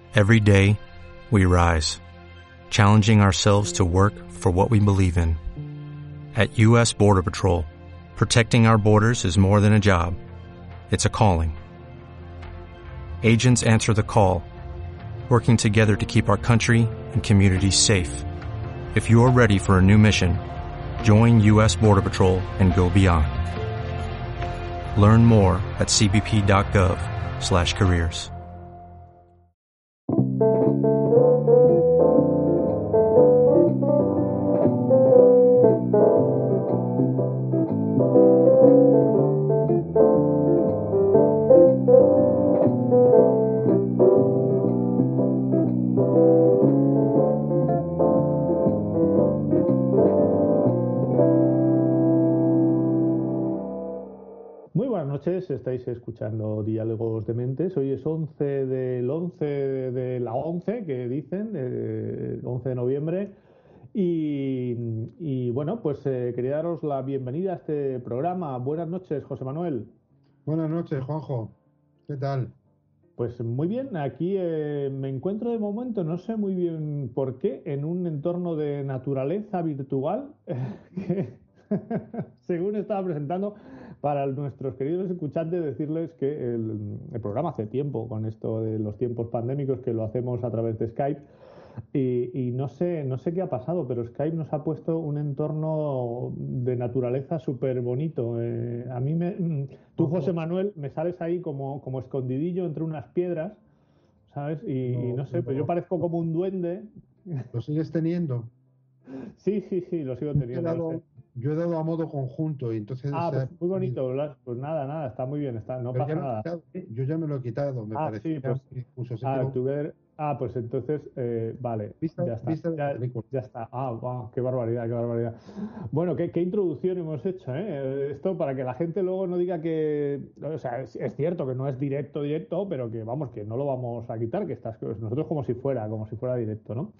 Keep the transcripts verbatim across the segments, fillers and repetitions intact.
Every day, we rise, challenging ourselves to work for what we believe in. At U S Border Patrol, protecting our borders is more than a job. It's a calling. Agents answer the call, working together to keep our country and communities safe. If you're ready for a new mission, join U S Border Patrol and go beyond. Learn more at c b p dot gov slash careers. Estáis escuchando Diálogos de Mentes. Hoy es once del once de la once, que dicen, eh, once de noviembre. Y, y bueno, pues eh, quería daros la bienvenida a este programa. Buenas noches, José Manuel. Buenas noches, Juanjo. ¿Qué tal? Pues muy bien, aquí eh, me encuentro de momento, no sé muy bien por qué, en un entorno de naturaleza virtual que, según estaba presentando, para nuestros queridos escuchantes, decirles que el, el programa hace tiempo, con esto de los tiempos pandémicos, que lo hacemos a través de Skype, y, y no sé, no sé qué ha pasado, pero Skype nos ha puesto un entorno de naturaleza súper bonito. Eh, a mí, me, tú, José Manuel, me sales ahí como, como escondidillo entre unas piedras, ¿sabes? Y no, y no sé, pues yo parezco como un duende. ¿Lo sigues teniendo? Sí, sí, sí, lo sigo teniendo. Yo he dado, no sé. yo he dado a modo conjunto y entonces... Ah, pues muy bonito. Pues nada, nada, está muy bien, está, no Pero pasa ya nada. Quitado, ¿eh? Yo ya me lo he quitado, me ah, parece. Sí, pues, Incluso sé ah, que lo... tuve, ah, pues entonces, eh, vale, Vista, ya está, vista de ya, ya está. Ah, wow, qué barbaridad, qué barbaridad. Bueno, qué, qué introducción hemos hecho, ¿eh? Esto para que la gente luego no diga que, o sea, es, es cierto que no es directo, directo, pero que vamos, que no lo vamos a quitar, que estas cosas, nosotros como si fuera, como si fuera directo, ¿no?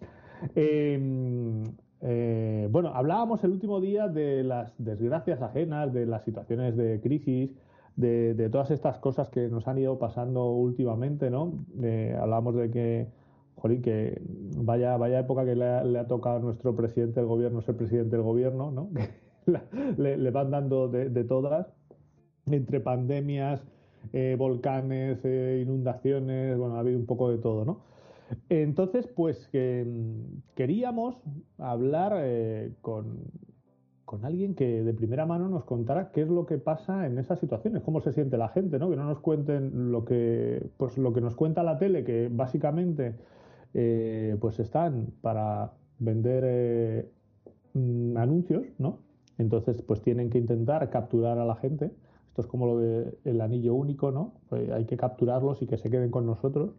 Eh, eh, bueno, hablábamos el último día de las desgracias ajenas, de las situaciones de crisis, de, de todas estas cosas que nos han ido pasando últimamente, ¿no? Eh, hablamos de que, jolín, que vaya, vaya época que le ha, le ha tocado a nuestro presidente del gobierno ser presidente del gobierno, ¿no? le, le van dando de, de todas, entre pandemias, eh, volcanes, eh, inundaciones, bueno, ha habido un poco de todo, ¿no? Entonces, pues eh, queríamos hablar eh, con, con alguien que de primera mano nos contara qué es lo que pasa en esas situaciones, cómo se siente la gente, ¿no? Que no nos cuenten lo que, pues lo que nos cuenta la tele, que básicamente eh, pues están para vender eh, mm, anuncios, ¿no? Entonces, pues tienen que intentar capturar a la gente. Esto es como lo del anillo único, ¿no? Pues hay que capturarlos y que se queden con nosotros.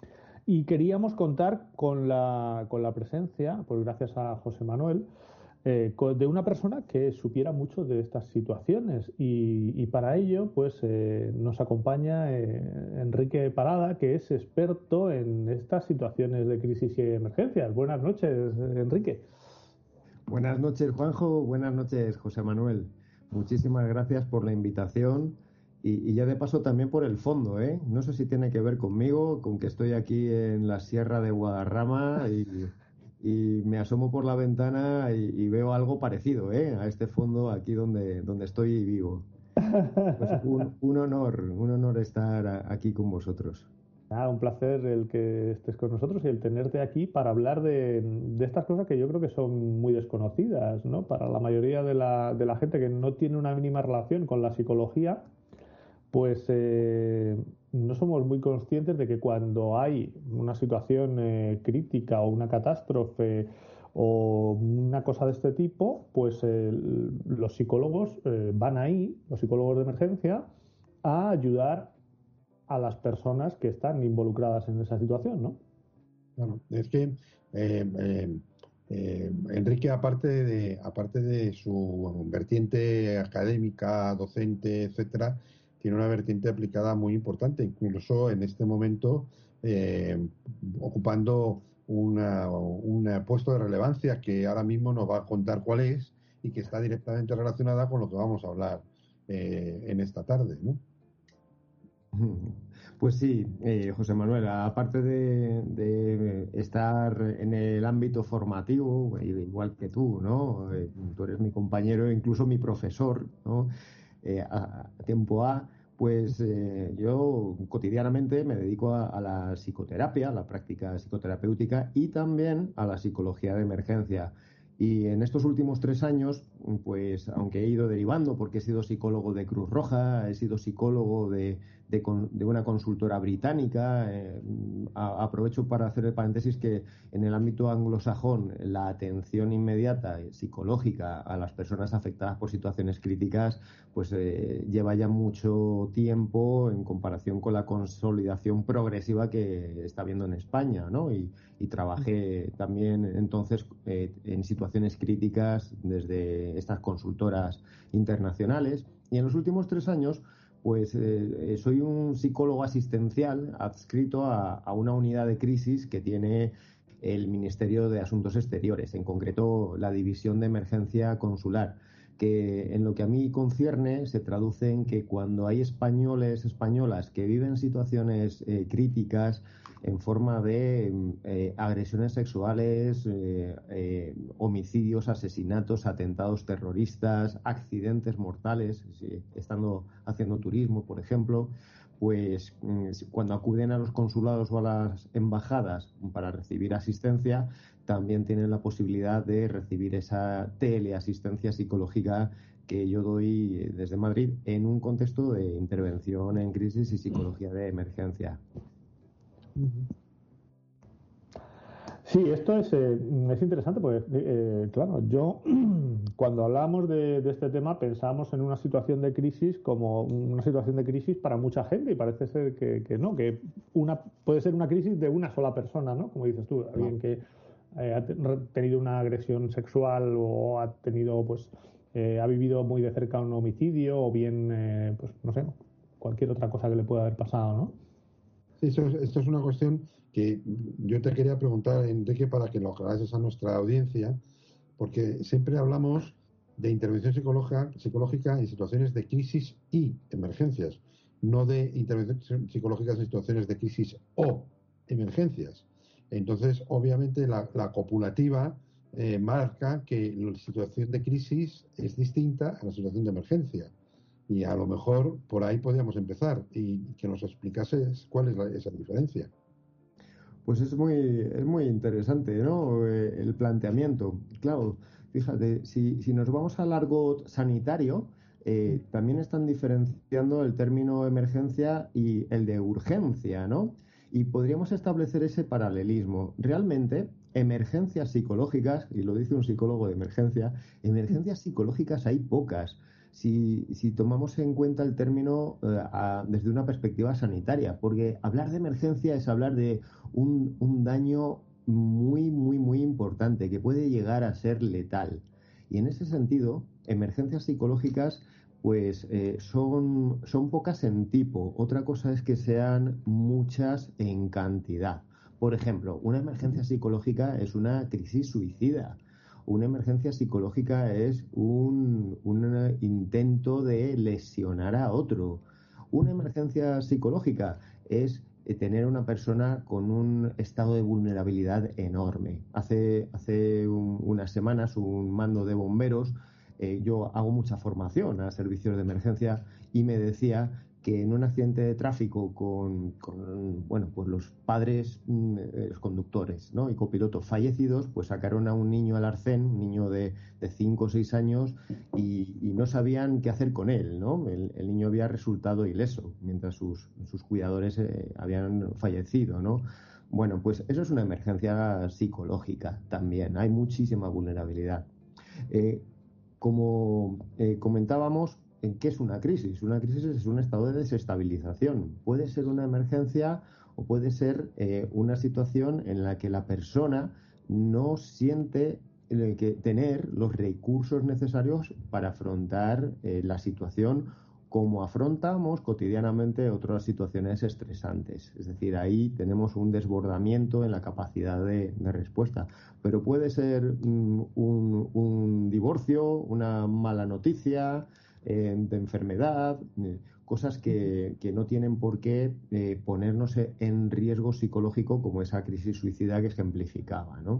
Y queríamos contar con la, con la presencia, pues gracias a José Manuel, eh, de una persona que supiera mucho de estas situaciones. Y, y para ello, pues eh, nos acompaña eh, Enrique Parada, que es experto en estas situaciones de crisis y emergencias. Buenas noches, Enrique. Buenas noches, Juanjo. Buenas noches, José Manuel. Muchísimas gracias por la invitación. Y, y ya de paso también por el fondo, ¿eh? No sé si tiene que ver conmigo, con que estoy aquí en la Sierra de Guadarrama y, y me asomo por la ventana y, y veo algo parecido, ¿eh? A este fondo aquí donde, donde estoy vivo. Pues un, un honor, un honor estar a, aquí con vosotros. Ah, un placer el que estés con nosotros y el tenerte aquí para hablar de, de estas cosas que yo creo que son muy desconocidas, ¿no? Para la mayoría de la, de la gente que no tiene una mínima relación con la psicología, pues eh, no somos muy conscientes de que cuando hay una situación eh, crítica o una catástrofe o una cosa de este tipo, pues eh, los psicólogos eh, van ahí, los psicólogos de emergencia, a ayudar a las personas que están involucradas en esa situación, ¿no? Claro, es que eh, eh, eh, Enrique, aparte de, aparte de su vertiente académica, docente, etcétera, tiene una vertiente aplicada muy importante, incluso en este momento eh, ocupando una, un puesto de relevancia que ahora mismo nos va a contar cuál es y que está directamente relacionada con lo que vamos a hablar eh, en esta tarde, ¿no? Pues sí, eh, José Manuel, aparte de, de estar en el ámbito formativo, igual que tú, ¿no? Eh, tú eres mi compañero, incluso mi profesor, ¿no? Eh, a, a tiempo A, pues eh, yo cotidianamente me dedico a, a la psicoterapia, a la práctica psicoterapéutica y también a la psicología de emergencia. Y en estos últimos tres años, pues aunque he ido derivando, porque he sido psicólogo de Cruz Roja, he sido psicólogo de, de, de una consultora británica, eh, a, aprovecho para hacer el paréntesis que en el ámbito anglosajón la atención inmediata psicológica a las personas afectadas por situaciones críticas pues eh, lleva ya mucho tiempo en comparación con la consolidación progresiva que está habiendo en España, ¿no? Y, y trabajé también entonces eh, en situaciones críticas desde estas consultoras internacionales y en los últimos tres años pues eh, soy un psicólogo asistencial adscrito a, a una unidad de crisis que tiene el Ministerio de Asuntos Exteriores, en concreto la División de Emergencia Consular, que en lo que a mí concierne se traduce en que cuando hay españoles, españolas que viven situaciones eh, críticas en forma de eh, agresiones sexuales, eh, eh, homicidios, asesinatos, atentados terroristas, accidentes mortales, si, estando haciendo turismo, por ejemplo, pues cuando acuden a los consulados o a las embajadas para recibir asistencia, también tienen la posibilidad de recibir esa teleasistencia psicológica que yo doy desde Madrid en un contexto de intervención en crisis y psicología de emergencia. Sí, esto es, eh, es interesante porque, eh, claro, yo cuando hablamos de, de este tema pensábamos en una situación de crisis como una situación de crisis para mucha gente y parece ser que, que no, que una puede ser una crisis de una sola persona, ¿no? Como dices tú, alguien que eh, ha tenido una agresión sexual o ha tenido, pues, eh, ha vivido muy de cerca un homicidio o bien, eh, pues, no sé, cualquier otra cosa que le pueda haber pasado, ¿no? Sí, esto es, esto es una cuestión que yo te quería preguntar, Enrique, para que lo aclarases a nuestra audiencia, porque siempre hablamos de intervención psicológica, psicológica en situaciones de crisis y emergencias, no de intervención psicológica en situaciones de crisis o emergencias. Entonces, obviamente, la, la copulativa eh, marca que la situación de crisis es distinta a la situación de emergencia. Y a lo mejor por ahí podríamos empezar y que nos explicases cuál es la, esa diferencia. Pues es muy, es muy interesante, ¿no? Eh, el planteamiento. Claro, fíjate, si, si nos vamos al argot sanitario, eh, también están diferenciando el término emergencia y el de urgencia, ¿no? Y podríamos establecer ese paralelismo. Realmente, emergencias psicológicas, y lo dice un psicólogo de emergencia, emergencias psicológicas hay pocas. Si, si tomamos en cuenta el término eh, a, desde una perspectiva sanitaria, porque hablar de emergencia es hablar de un, un daño muy, muy, muy importante que puede llegar a ser letal. Y en ese sentido, emergencias psicológicas pues eh, son, son pocas en tipo. Otra cosa es que sean muchas en cantidad. Por ejemplo, una emergencia psicológica es una crisis suicida. Una emergencia psicológica es un, un intento de lesionar a otro. Una emergencia psicológica es tener una persona con un estado de vulnerabilidad enorme. Hace, hace un, unas semanas un mando de bomberos, eh, yo hago mucha formación a servicios de emergencia y me decía que en un accidente de tráfico con, con bueno, pues los padres, eh, los conductores, ¿no? y copilotos fallecidos, pues sacaron a un niño al arcén, un niño de cinco o seis años, y, y no sabían qué hacer con él, ¿no? El, el niño había resultado ileso, mientras sus, sus cuidadores eh, habían fallecido, ¿no? Bueno, pues eso es una emergencia psicológica también, hay muchísima vulnerabilidad. Eh, como eh, comentábamos, ¿qué es una crisis? Una crisis es un estado de desestabilización. Puede ser una emergencia o puede ser eh, una situación en la que la persona no siente eh, que tener los recursos necesarios para afrontar eh, la situación como afrontamos cotidianamente otras situaciones estresantes. Es decir, ahí tenemos un desbordamiento en la capacidad de, de respuesta. Pero puede ser mm, un, un divorcio, una mala noticia, de enfermedad, cosas que, que no tienen por qué eh, ponernos en riesgo psicológico como esa crisis suicida que ejemplificaba, ¿no?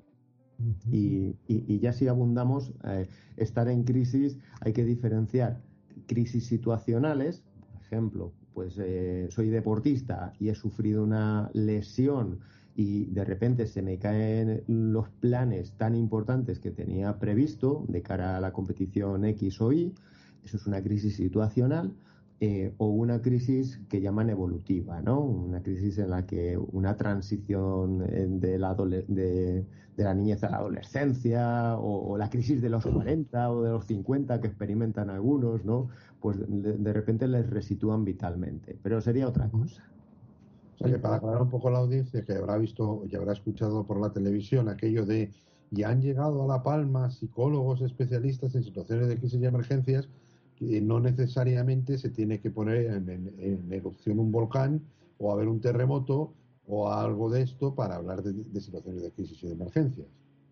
Y, y, y ya si abundamos, eh, estar en crisis hay que diferenciar crisis situacionales, por ejemplo, pues eh, soy deportista y he sufrido una lesión y de repente se me caen los planes tan importantes que tenía previsto de cara a la competición X o Y, eso es una crisis situacional. Eh, o una crisis que llaman evolutiva, ¿no? Una crisis en la que una transición de la, adole- de, de la niñez a la adolescencia, o, o la crisis de los cuarenta o de los cincuenta que experimentan algunos, ¿no? Pues de, de repente les resitúan vitalmente. Pero sería otra cosa. O sea que para aclarar un poco a la audiencia que habrá visto y habrá escuchado por la televisión aquello de y han llegado a La Palma psicólogos especialistas en situaciones de crisis y emergencias, que no necesariamente se tiene que poner en, en, en erupción un volcán o haber un terremoto o algo de esto para hablar de, de situaciones de crisis y de emergencias.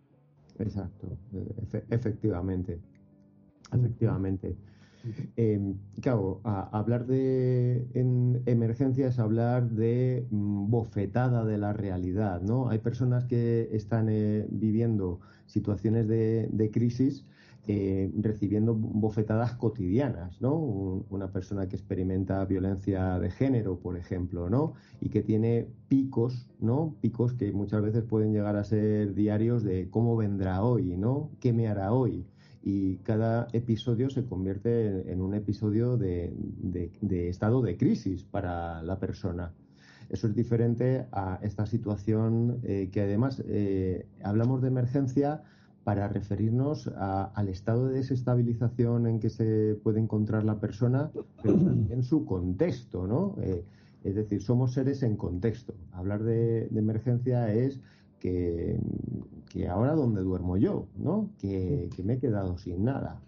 Exacto, Efe- efectivamente, efectivamente. Eh, claro, a, hablar de en emergencia es hablar de mm, bofetada de la realidad, ¿no? Hay personas que están eh, viviendo situaciones de, de crisis eh, recibiendo bofetadas cotidianas, ¿no? Un- una persona que experimenta violencia de género, por ejemplo, ¿no? Y que tiene picos, ¿no? Picos que muchas veces pueden llegar a ser diarios de cómo vendrá hoy, ¿no? ¿Qué me hará hoy? Y cada episodio se convierte en un episodio de, de, de estado de crisis para la persona. Eso es diferente a esta situación eh, que además eh, hablamos de emergencia para referirnos a, al estado de desestabilización en que se puede encontrar la persona, pero también su contexto, ¿no? Eh, es decir, somos seres en contexto. Hablar de, de emergencia es que, que ahora dónde duermo yo, ¿no? Que, que me he quedado sin nada.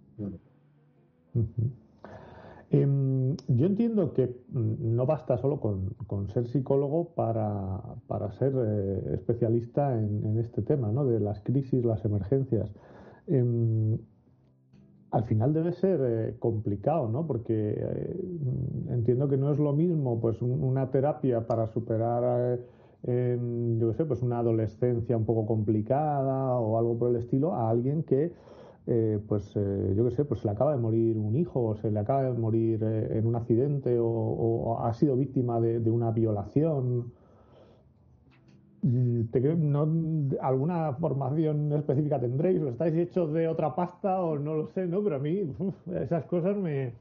Uh-huh. Eh, yo entiendo que no basta solo con, con ser psicólogo para, para ser eh, especialista en, en este tema, ¿no? De las crisis, las emergencias. Eh, al final debe ser eh, complicado, ¿no? Porque eh, entiendo que no es lo mismo, pues, un, una terapia para superar, eh, yo qué sé, pues una adolescencia un poco complicada o algo por el estilo, a alguien que eh, pues eh, yo qué sé, pues se le acaba de morir un hijo, o se le acaba de morir eh, en un accidente, o, o ha sido víctima de, de una violación. ¿Te creo, no, alguna formación específica tendréis? ¿O estáis hechos de otra pasta? O no lo sé, ¿no? Pero a mí uf, esas cosas me...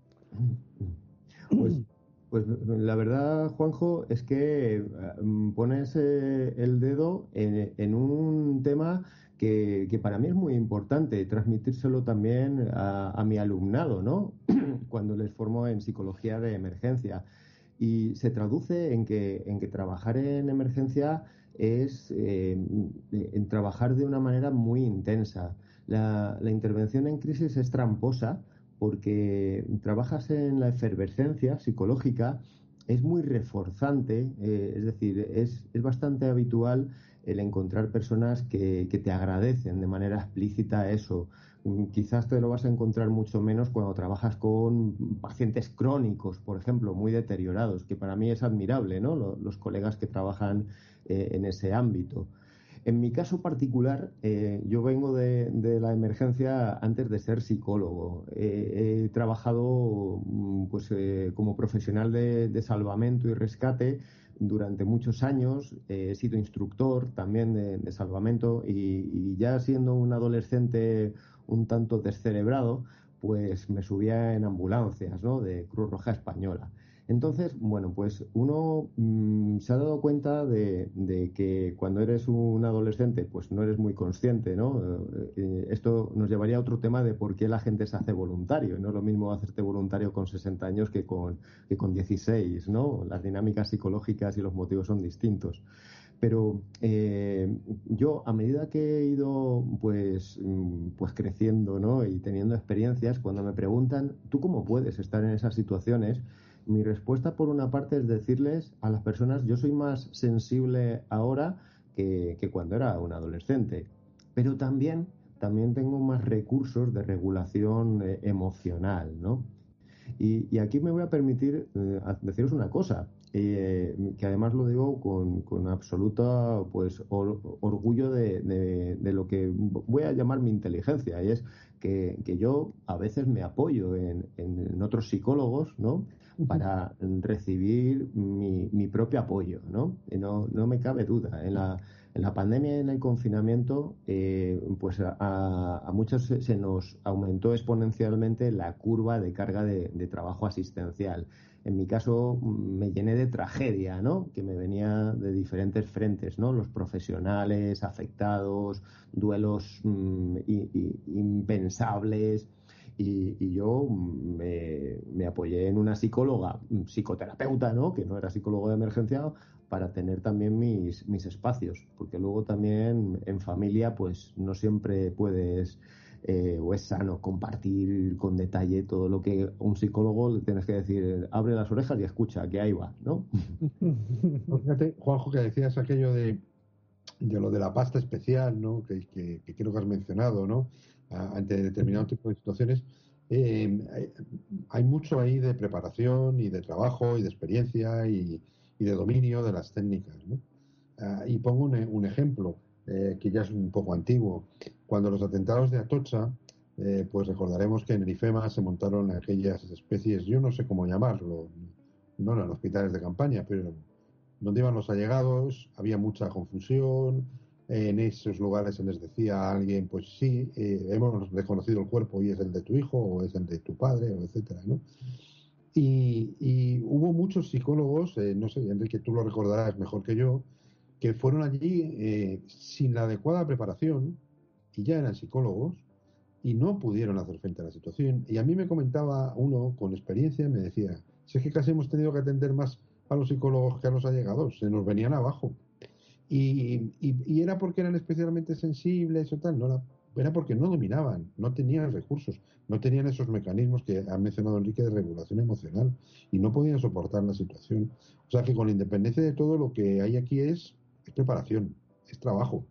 Pues, pues la verdad, Juanjo, es que eh, pones eh, el dedo en, en un tema que, que para mí es muy importante, transmitírselo también a, a mi alumnado, ¿no? Cuando les formo en psicología de emergencia. Y se traduce en que, en que trabajar en emergencia es eh, en trabajar de una manera muy intensa. La, la intervención en crisis es tramposa porque trabajas en la efervescencia psicológica, es muy reforzante, eh, es decir, es, es bastante habitual el encontrar personas que, que te agradecen de manera explícita eso. Quizás te lo vas a encontrar mucho menos cuando trabajas con pacientes crónicos, por ejemplo, muy deteriorados, que para mí es admirable, ¿no? Los, los colegas que trabajan eh, en ese ámbito. En mi caso particular, eh, yo vengo de, de la emergencia antes de ser psicólogo. Eh, he trabajado pues, eh, como profesional de, de salvamento y rescate durante muchos años. Eh, he sido instructor también de, de salvamento y, y ya siendo un adolescente un tanto descerebrado, pues me subía en ambulancias, ¿no? De Cruz Roja Española. Entonces, bueno, pues uno mmm, se ha dado cuenta de, de que cuando eres un adolescente, pues no eres muy consciente, ¿no? Eh, esto nos llevaría a otro tema de por qué la gente se hace voluntario. No es lo mismo hacerte voluntario con sesenta años que con, que con dieciséis, ¿no? Las dinámicas psicológicas y los motivos son distintos. Pero eh, yo, a medida que he ido pues, pues creciendo, ¿no? Y teniendo experiencias, cuando me preguntan, ¿tú cómo puedes estar en esas situaciones? Mi respuesta, por una parte, es decirles a las personas, yo soy más sensible ahora que, que cuando era un adolescente, pero también, también tengo más recursos de regulación eh, emocional, ¿no? Y, y aquí me voy a permitir eh, deciros una cosa, eh, que además lo digo con, con absoluta pues or, orgullo de, de, de lo que voy a llamar mi inteligencia, y es que, que yo a veces me apoyo en, en otros psicólogos, ¿no?, para recibir mi, mi propio apoyo, ¿no? Y no, no me cabe duda. En la, en la pandemia y en el confinamiento, eh, pues a, a muchos se, se nos aumentó exponencialmente la curva de carga de, de trabajo asistencial. En mi caso me llené de tragedia, ¿no?, que me venía de diferentes frentes, ¿no? Los profesionales afectados, duelos mmm, y, y, impensables. Y, y yo me, me apoyé en una psicóloga, psicoterapeuta, ¿no?, que no era psicólogo de emergencia, para tener también mis, mis espacios, porque luego también en familia pues no siempre puedes eh, o es sano compartir con detalle todo lo que a un psicólogo le tienes que decir, abre las orejas y escucha, que ahí va, ¿no? Fíjate, Juanjo, que decías aquello de, de lo de la pasta especial, ¿no?, que, que, que creo que has mencionado, ¿no?, ante determinado tipo de situaciones. Eh, hay, hay mucho ahí de preparación y de trabajo y de experiencia y, y de dominio de las técnicas, ¿no? Uh, y pongo un, un ejemplo eh, que ya es un poco antiguo. Cuando los atentados de Atocha, eh, pues recordaremos que en el IFEMA se montaron aquellas especies, yo no sé cómo llamarlo, no eran hospitales de campaña, pero donde iban los allegados, había mucha confusión. En esos lugares se les decía a alguien, pues sí, eh, hemos reconocido el cuerpo y es el de tu hijo o es el de tu padre, o etcétera, ¿no? Y, y hubo muchos psicólogos, eh, no sé, Enrique, tú lo recordarás mejor que yo, que fueron allí eh, sin la adecuada preparación, y ya eran psicólogos, y no pudieron hacer frente a la situación. Y a mí me comentaba uno con experiencia, me decía, si es que casi hemos tenido que atender más a los psicólogos que a los allegados, se nos venían abajo. Y, y, y era porque eran especialmente sensibles o tal, no era, era porque no dominaban, no tenían recursos, no tenían esos mecanismos que ha mencionado Enrique de regulación emocional y no podían soportar la situación. O sea que con independencia de todo, lo que hay aquí es, es preparación, es trabajo.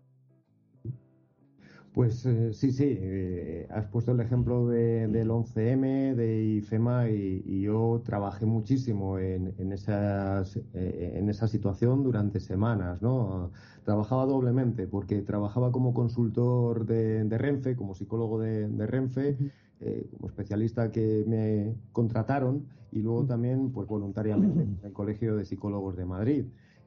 Pues eh, sí, sí, eh, has puesto el ejemplo de, del once eme, de IFEMA, y, y yo trabajé muchísimo en, en, esas, eh, en esa situación durante semanas, ¿no? Trabajaba doblemente porque trabajaba como consultor de, de Renfe, como psicólogo de, de Renfe, eh, como especialista que me contrataron, y luego también pues voluntariamente en el Colegio de Psicólogos de Madrid.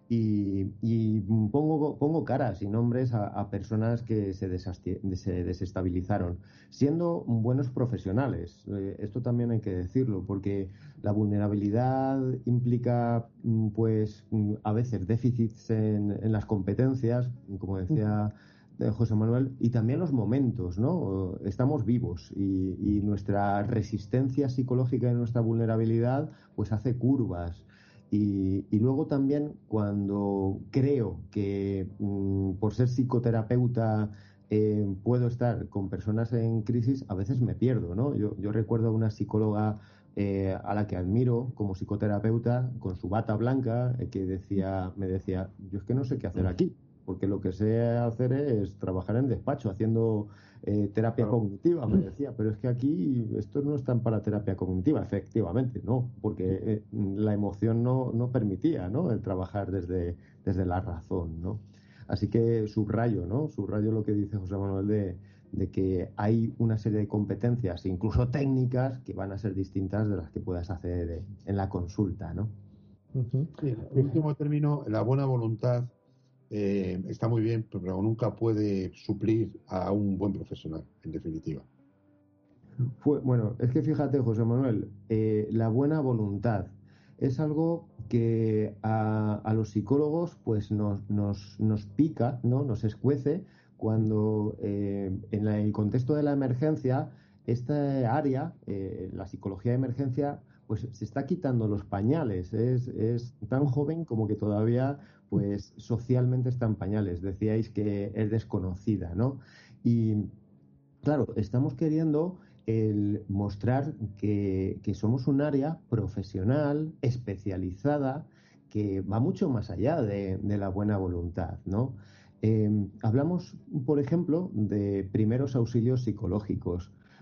Y, y pongo, pongo caras y nombres a, a personas que se, se desestabilizaron, siendo buenos profesionales. Eh, esto también hay que decirlo, porque la vulnerabilidad implica, pues, a veces déficits en, en las competencias, como decía José Manuel, y también los momentos, ¿no? Estamos vivos y, y nuestra resistencia psicológica y nuestra vulnerabilidad, pues, hace curvas. Y, y luego también cuando creo que mmm, por ser psicoterapeuta eh, puedo estar con personas en crisis, a veces me pierdo, ¿no? Yo, yo recuerdo a una psicóloga eh, a la que admiro como psicoterapeuta, con su bata blanca, eh, que decía, me decía, yo es que no sé qué hacer aquí, porque lo que sé hacer es trabajar en despacho, haciendo eh, terapia claro. cognitiva, me decía, pero es que aquí estos no están para terapia cognitiva, efectivamente, no, porque eh, la emoción no, no permitía, ¿no?, el trabajar desde, desde la razón, ¿no? Así que subrayo, ¿no? Subrayo lo que dice José Manuel de, de que hay una serie de competencias, incluso técnicas, que van a ser distintas de las que puedas hacer en la consulta, ¿no? Uh-huh. Sí, en último término, la buena voluntad Eh, está muy bien, pero nunca puede suplir a un buen profesional, en definitiva. Fue, bueno, es que fíjate, José Manuel, eh, la buena voluntad es algo que a, a los psicólogos pues nos, nos, nos pica, ¿no? Nos escuece cuando eh, en la, el contexto de la emergencia, esta área, eh, la psicología de emergencia, pues se está quitando los pañales. Es, es tan joven como que todavía pues socialmente está en pañales. Decíais que es desconocida, ¿no? Y claro, estamos queriendo el mostrar que, que somos un área profesional, especializada, que va mucho más allá de, de la buena voluntad, ¿no? Eh, hablamos, por ejemplo, de primeros auxilios psicológicos.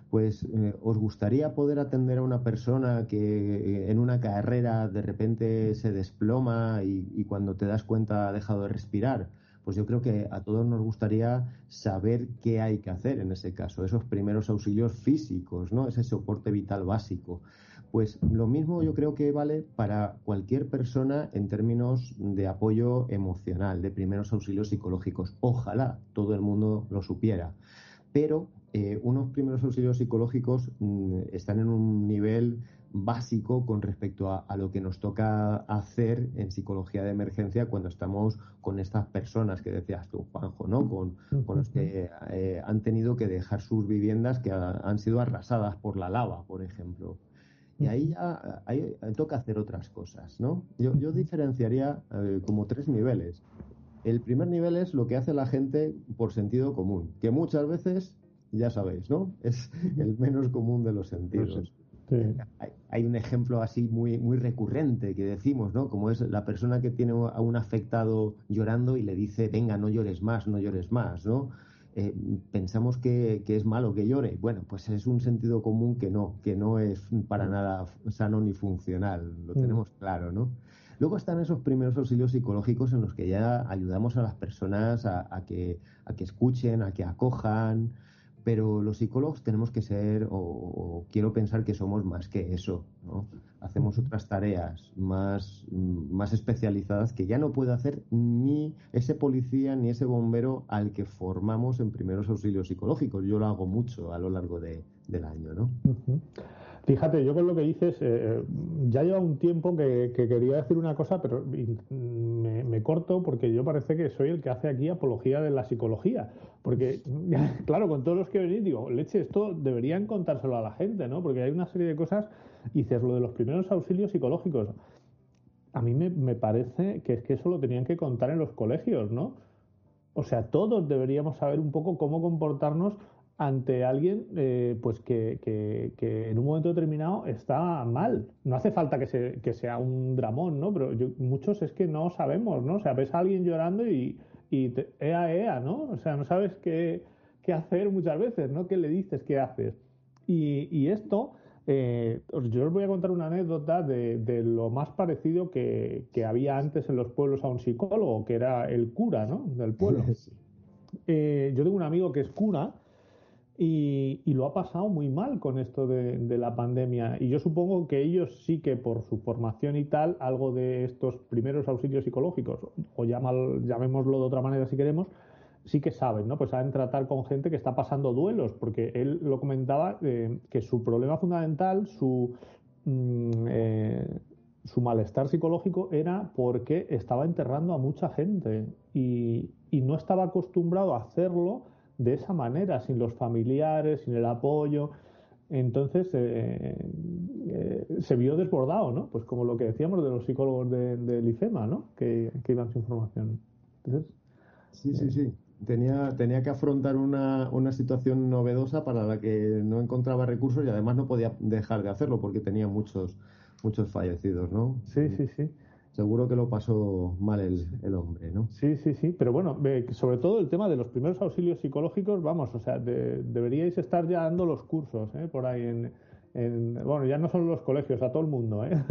pues eh, ¿os gustaría poder atender a una persona que eh, en una carrera de repente se desploma y, y cuando te das cuenta ha dejado de respirar? Pues yo creo que a todos nos gustaría saber qué hay que hacer en ese caso, esos primeros auxilios físicos, ¿no? Ese soporte vital básico. Pues lo mismo yo creo que vale para cualquier persona en términos de apoyo emocional, de primeros auxilios psicológicos. Ojalá todo el mundo lo supiera. Pero eh, unos primeros auxilios psicológicos mmm, están en un nivel básico con respecto a, a lo que nos toca hacer en psicología de emergencia cuando estamos con estas personas que decías tú, Juanjo, ¿no? Con, con los que eh, han tenido que dejar sus viviendas que ha, han sido arrasadas por la lava, por ejemplo. Y ahí ya ahí toca hacer otras cosas, ¿no? Yo, yo diferenciaría eh, como tres niveles. El primer nivel es lo que hace la gente por sentido común, que muchas veces, ya sabéis, ¿no? Es el menos común de los sentidos. Sí. Hay, hay un ejemplo así muy, muy recurrente que decimos, ¿no? Como es la persona que tiene a un afectado llorando y le dice, venga, no llores más, no llores más, ¿no? Eh, pensamos que, que es malo que llore. Bueno, pues es un sentido común que no, que no es para nada sano ni funcional, lo tenemos claro, ¿no? Luego están esos primeros auxilios psicológicos en los que ya ayudamos a las personas a, a, que, a que escuchen, a que acojan, pero los psicólogos tenemos que ser, o, o quiero pensar que somos más que eso, ¿no? Hacemos otras tareas más, más especializadas que ya no puede hacer ni ese policía ni ese bombero al que formamos en primeros auxilios psicológicos. Yo lo hago mucho a lo largo de, del año, ¿no? Uh-huh. Fíjate, yo con lo que dices, eh, ya lleva un tiempo que, que quería decir una cosa, pero me, me corto porque yo parece que soy el que hace aquí apología de la psicología. Porque, claro, con todos los que venís, digo, leche, esto deberían contárselo a la gente, ¿no? Porque hay una serie de cosas, y dices, lo de los primeros auxilios psicológicos. A mí me, me parece que es que eso lo tenían que contar en los colegios, ¿no? O sea, todos deberíamos saber un poco cómo comportarnos ante alguien eh, pues que, que, que en un momento determinado está mal. No hace falta que, se, que sea un dramón, ¿no? Pero yo, muchos es que no sabemos, ¿no? O sea, ves a alguien llorando y, y te, ea, ea, ¿no? O sea, no sabes qué, qué hacer muchas veces, ¿no? ¿Qué le dices? ¿Qué haces? Y, y esto, eh, yo os voy a contar una anécdota de, de lo más parecido que, que había antes en los pueblos a un psicólogo, que era el cura, ¿no? Del pueblo. Eh, yo tengo un amigo que es cura. Y, y lo ha pasado muy mal con esto de, de la pandemia. Y yo supongo que ellos sí que por su formación y tal, algo de estos primeros auxilios psicológicos, o llamal, llamémoslo de otra manera si queremos, sí que saben, ¿no? Pues saben tratar con gente que está pasando duelos, porque él lo comentaba, eh, que su problema fundamental, su, mm, eh, su malestar psicológico era porque estaba enterrando a mucha gente y, y no estaba acostumbrado a hacerlo de esa manera, sin los familiares, sin el apoyo. Entonces eh, eh, se vio desbordado, ¿no? Pues como lo que decíamos de los psicólogos del de IFEMA, ¿no? Que, que iban sin formación. Entonces, sí, sí, sí. Tenía, tenía que afrontar una, una situación novedosa para la que no encontraba recursos y además no podía dejar de hacerlo porque tenía muchos, muchos fallecidos, ¿no? Sí, sí, sí. Seguro que lo pasó mal el, el hombre, ¿no? Sí, sí, sí. Pero bueno, sobre todo el tema de los primeros auxilios psicológicos, vamos, o sea, de, deberíais estar ya dando los cursos, ¿eh? Por ahí en, en... Bueno, ya no solo los colegios, a todo el mundo, ¿eh?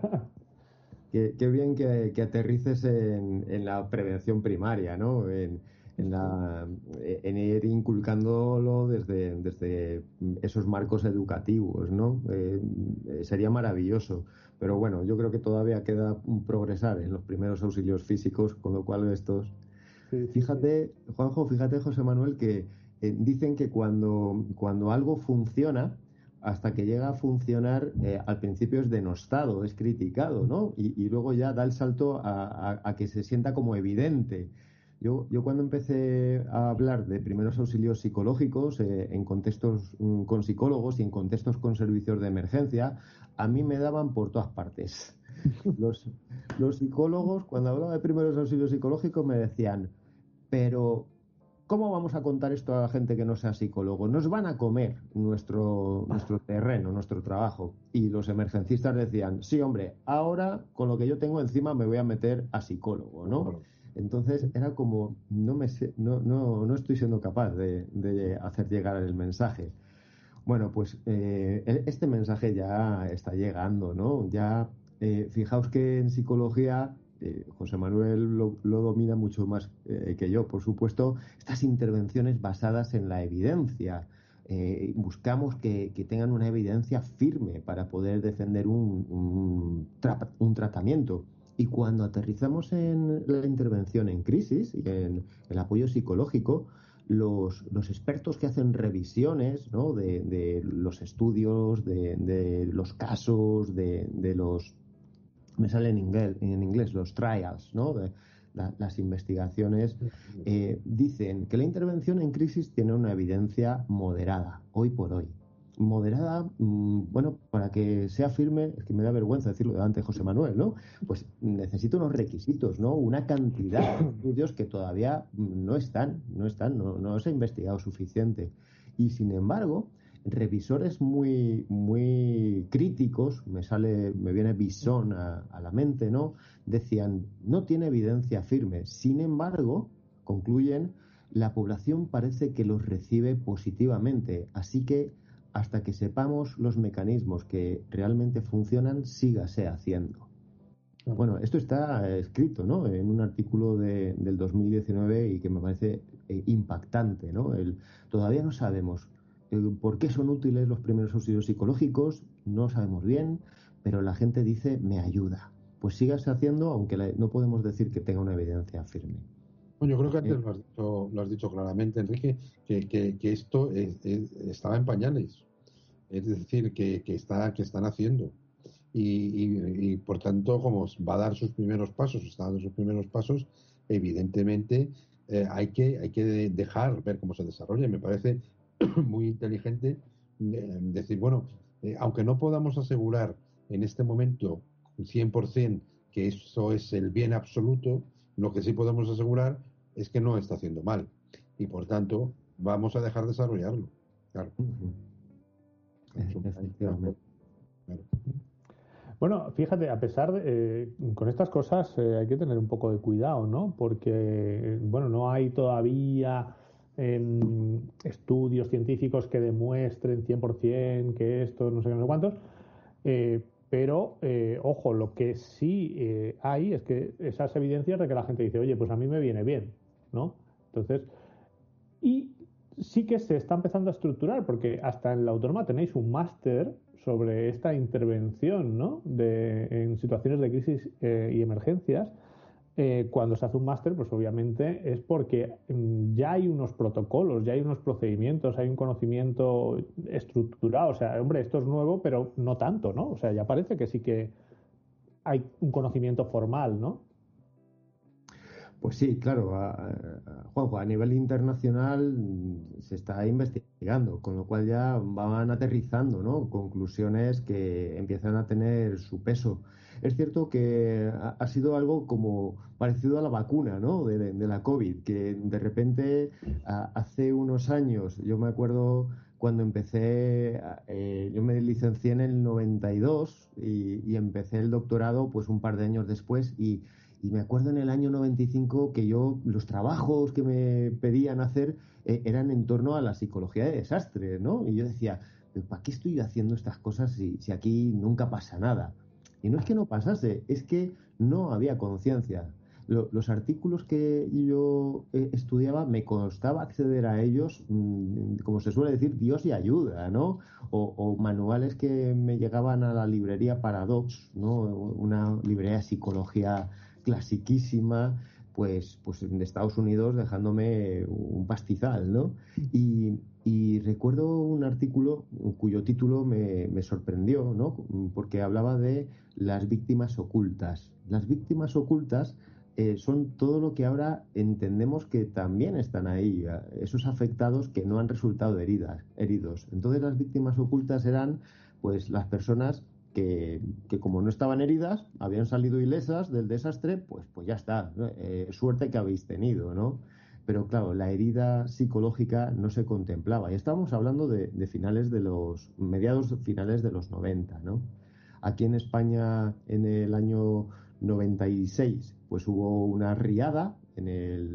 Qué, qué bien que, que aterrices en, en la prevención primaria, ¿no? En, en, la, en ir inculcándolo desde, desde esos marcos educativos, ¿no? Eh, sería maravilloso. Pero bueno, yo creo que todavía queda progresar en los primeros auxilios físicos, con lo cual estos... Sí, sí, fíjate, sí. Juanjo, fíjate, José Manuel, que eh, dicen que cuando, cuando algo funciona, hasta que llega a funcionar, eh, al principio es denostado, es criticado, ¿no? Y, y luego ya da el salto a, a, a que se sienta como evidente. Yo, yo cuando empecé a hablar de primeros auxilios psicológicos eh, en contextos mm, con psicólogos y en contextos con servicios de emergencia, a mí me daban por todas partes. Los, los psicólogos, cuando hablaba de primeros auxilios psicológicos, me decían, pero ¿cómo vamos a contar esto a la gente que no sea psicólogo? Nos van a comer nuestro, nuestro terreno, nuestro trabajo. Y los emergencistas decían, sí, hombre, ahora con lo que yo tengo encima me voy a meter a psicólogo, ¿no? Entonces era como, no, me sé, no, no, no estoy siendo capaz de, de hacer llegar el mensaje. Bueno, pues eh, este mensaje ya está llegando, ¿no? Ya, eh, fijaos que en psicología, eh, José Manuel lo, lo domina mucho más eh, que yo, por supuesto, estas intervenciones basadas en la evidencia. Eh, buscamos que, que tengan una evidencia firme para poder defender un, un, tra- un tratamiento. Y cuando aterrizamos en la intervención en crisis y en el apoyo psicológico, los, los expertos que hacen revisiones, ¿no?, de, de los estudios, de, de los casos, de, de los... Me sale en inglés, en inglés los trials, ¿no?, de la, las investigaciones, eh, dicen que la intervención en crisis tiene una evidencia moderada, hoy por hoy. Moderada, mmm, bueno, para que sea firme, es que me da vergüenza decirlo delante de José Manuel, ¿no? Pues necesito unos requisitos, ¿no? Una cantidad de estudios que todavía no están, no están, no, no se ha investigado suficiente. Y sin embargo, revisores muy, muy críticos, me sale, me viene Bisson a, a la mente, ¿no? Decían, no tiene evidencia firme. Sin embargo, concluyen, la población parece que los recibe positivamente, así que hasta que sepamos los mecanismos que realmente funcionan, sígase haciendo. Bueno, esto está escrito, ¿no?, en un artículo de, del dos mil diecinueve y que me parece eh, impactante, ¿no? El, todavía no sabemos eh, por qué son útiles los primeros auxilios psicológicos, no sabemos bien, pero la gente dice, me ayuda. Pues sígase haciendo, aunque la, no podemos decir que tenga una evidencia firme. Bueno, yo creo que antes lo has dicho, lo has dicho claramente, Enrique, que, que, que esto es, es, estaba en pañales. Es decir, que, que, está, que están haciendo. Y, y, y, por tanto, como va a dar sus primeros pasos, está dando sus primeros pasos, evidentemente eh, hay, que, hay que dejar ver cómo se desarrolla. Me parece muy inteligente eh, decir, bueno, eh, aunque no podamos asegurar en este momento cien por ciento que eso es el bien absoluto, lo que sí podemos asegurar es que no está haciendo mal. Y por tanto, vamos a dejar desarrollarlo. Claro. Uh-huh. Efectivamente. Claro. Bueno, fíjate, a pesar de, eh, con estas cosas eh, hay que tener un poco de cuidado, ¿no? Porque, bueno, no hay todavía eh, estudios científicos que demuestren cien por ciento que esto, no sé qué, no sé cuántos, eh, pero, eh, ojo, lo que sí eh, hay es que esas evidencias de que la gente dice, oye, pues a mí me viene bien, ¿no? Entonces, y sí que se está empezando a estructurar, porque hasta en la Autónoma tenéis un máster sobre esta intervención, ¿no?, de, en situaciones de crisis eh, y emergencias. Eh, cuando se hace un máster, pues obviamente es porque mm, ya hay unos protocolos, ya hay unos procedimientos, hay un conocimiento estructurado. O sea, hombre, esto es nuevo, pero no tanto, ¿no? O sea, ya parece que sí que hay un conocimiento formal, ¿no? Pues sí, claro, a, a, Juanjo, a nivel internacional se está investigando, con lo cual ya van aterrizando, ¿no?, conclusiones que empiezan a tener su peso. Es cierto que ha, ha sido algo como parecido a la vacuna, ¿no?, de, de, de la COVID, que de repente a, hace unos años, yo me acuerdo cuando empecé, eh, yo me licencié en el noventa y dos y, y empecé el doctorado pues un par de años después y Y me acuerdo en el año noventa y cinco que yo, los trabajos que me pedían hacer eh, eran en torno a la psicología de desastres, ¿no? Y yo decía, ¿para qué estoy haciendo estas cosas si, si aquí nunca pasa nada? Y no es que no pasase, es que no había conciencia. Lo, los artículos que yo eh, estudiaba, me costaba acceder a ellos, mmm, como se suele decir, Dios y ayuda, ¿no? O, o manuales que me llegaban a la librería Paradox, ¿no?, una librería de psicología clasiquísima, pues, pues en Estados Unidos, dejándome un pastizal, ¿no? Y, y recuerdo un artículo cuyo título me, me sorprendió, ¿no?, porque hablaba de las víctimas ocultas. Las víctimas ocultas eh, son todo lo que ahora entendemos que también están ahí, esos afectados que no han resultado heridas, heridos. Entonces las víctimas ocultas eran pues las personas Que, que como no estaban heridas, habían salido ilesas del desastre, pues, pues ya está, ¿no? Eh, suerte que habéis tenido, ¿no? Pero claro, la herida psicológica no se contemplaba. Y estábamos hablando de, de finales de los, mediados finales de los noventa, ¿no? Aquí en España, en el año noventa y seis, pues hubo una riada en el,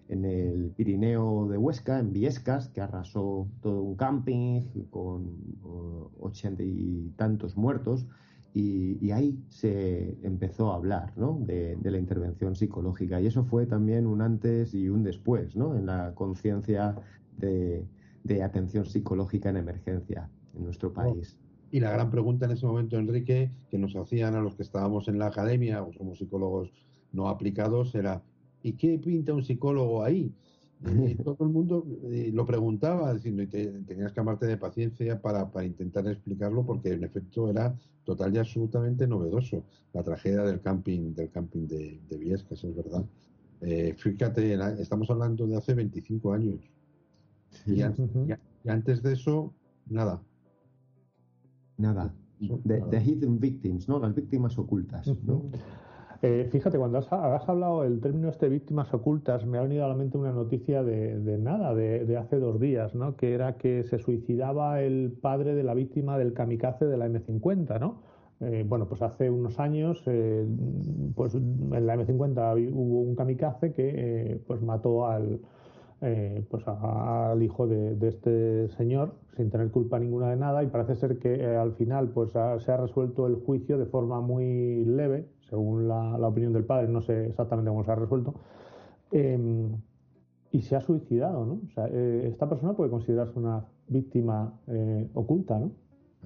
en el Pirineo de Huesca, en Viescas, que arrasó todo un camping con ochenta y tantos muertos. Y, y ahí se empezó a hablar, ¿no?, de, de la intervención psicológica. Y eso fue también un antes y un después, ¿no?, en la conciencia de, de atención psicológica en emergencia en nuestro país. Y la gran pregunta en ese momento, Enrique, que nos hacían a los que estábamos en la academia, o somos psicólogos no aplicados, era ¿y qué pinta un psicólogo ahí? Y todo el mundo eh, lo preguntaba, diciendo, y te, tenías que amarte de paciencia para, para intentar explicarlo, porque en efecto era total y absolutamente novedoso la tragedia del camping del camping de, de Viescas, es verdad. Eh, fíjate, estamos hablando de hace veinticinco años. Y, a, y, a, y antes de eso, nada. Nada. The, the hidden victims, ¿no? Las víctimas ocultas, ¿no? Eh, fíjate, cuando has, has hablado el término este víctimas ocultas, me ha venido a la mente una noticia de, de nada, de, de hace dos días, ¿no? Que era que se suicidaba el padre de la víctima del kamikaze de la eme cincuenta, ¿no? Eh, bueno, pues hace unos años, eh, pues en la eme cincuenta hubo un kamikaze que eh, pues mató al, eh, pues a, al hijo de, de este señor sin tener culpa ninguna de nada, y parece ser que eh, al final pues ha, se ha resuelto el juicio de forma muy leve, según la, la opinión del padre, no sé exactamente cómo se ha resuelto, eh, y se ha suicidado, ¿no? O sea, eh, esta persona puede considerarse una víctima eh, oculta, ¿no?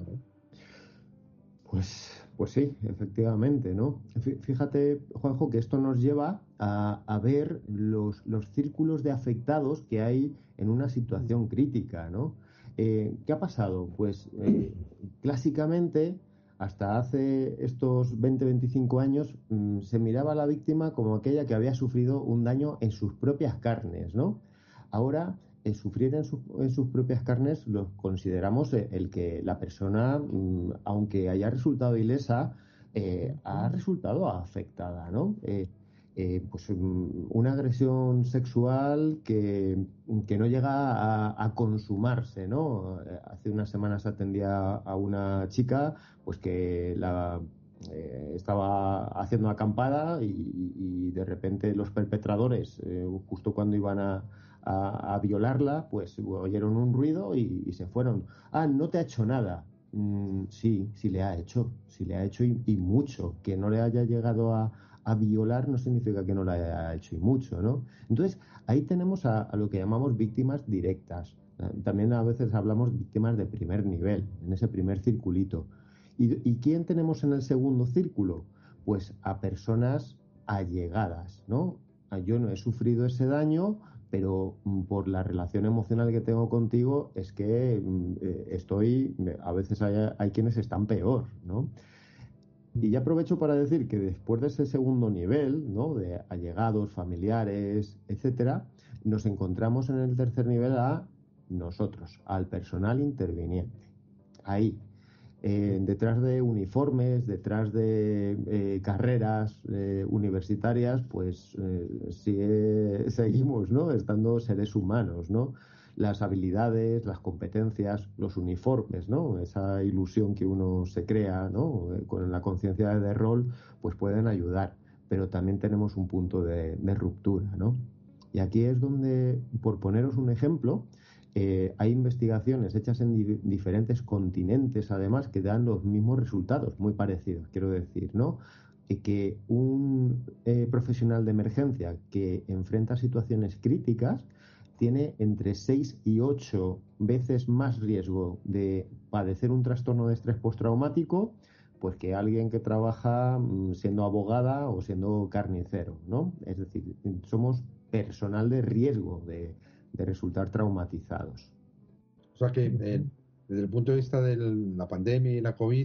Pues, pues sí, efectivamente, ¿no? Fíjate, Juanjo, que esto nos lleva a, a ver los, los círculos de afectados que hay en una situación crítica, ¿no? Eh, ¿qué ha pasado? Pues eh, clásicamente, hasta hace estos veinte, veinticinco años, mmm, se miraba a la víctima como aquella que había sufrido un daño en sus propias carnes, ¿no? Ahora, el sufrir en, su, en sus propias carnes lo consideramos el que la persona, mmm, aunque haya resultado ilesa, eh, ha resultado afectada, ¿no? Eh, eh, pues um, una agresión sexual que, que no llega a, a consumarse, ¿no? Hace unas semanas atendía a una chica pues que la eh, estaba haciendo acampada y, y de repente los perpetradores, eh, justo cuando iban a A, a violarla, pues oyeron un ruido y, y se fueron. Ah, no te ha hecho nada. Mm, sí, sí le ha hecho, sí le ha hecho y, y mucho. Que no le haya llegado a, a violar no significa que no le haya hecho y mucho, ¿no? Entonces, ahí tenemos a, a lo que llamamos víctimas directas. También a veces hablamos víctimas de primer nivel, en ese primer circulito. ¿Y, y quién tenemos en el segundo círculo? Pues a personas allegadas, ¿no? Yo no he sufrido ese daño, pero por la relación emocional que tengo contigo es que eh, estoy, a veces hay, hay quienes están peor, ¿no? Y ya aprovecho para decir que después de ese segundo nivel, ¿no?, de allegados, familiares, etcétera, nos encontramos en el tercer nivel a nosotros, al personal interviniente. Ahí, eh, detrás de uniformes, detrás de eh, carreras eh, universitarias, pues eh, sigue, seguimos, ¿no?, estando seres humanos, ¿no? Las habilidades, las competencias, los uniformes, ¿no? Esa ilusión que uno se crea, ¿no?, con la conciencia de rol, pues pueden ayudar, pero también tenemos un punto de, de ruptura, ¿no? Y aquí es donde, por poneros un ejemplo, Eh, hay investigaciones hechas en di- diferentes continentes, además, que dan los mismos resultados, muy parecidos, quiero decir, ¿no? Que, que un eh, profesional de emergencia que enfrenta situaciones críticas tiene entre seis y ocho veces más riesgo de padecer un trastorno de estrés postraumático, pues que alguien que trabaja mmm, siendo abogada o siendo carnicero, ¿no? Es decir, somos personal de riesgo de de resultar traumatizados. O sea que eh, desde el punto de vista de la pandemia y la COVID,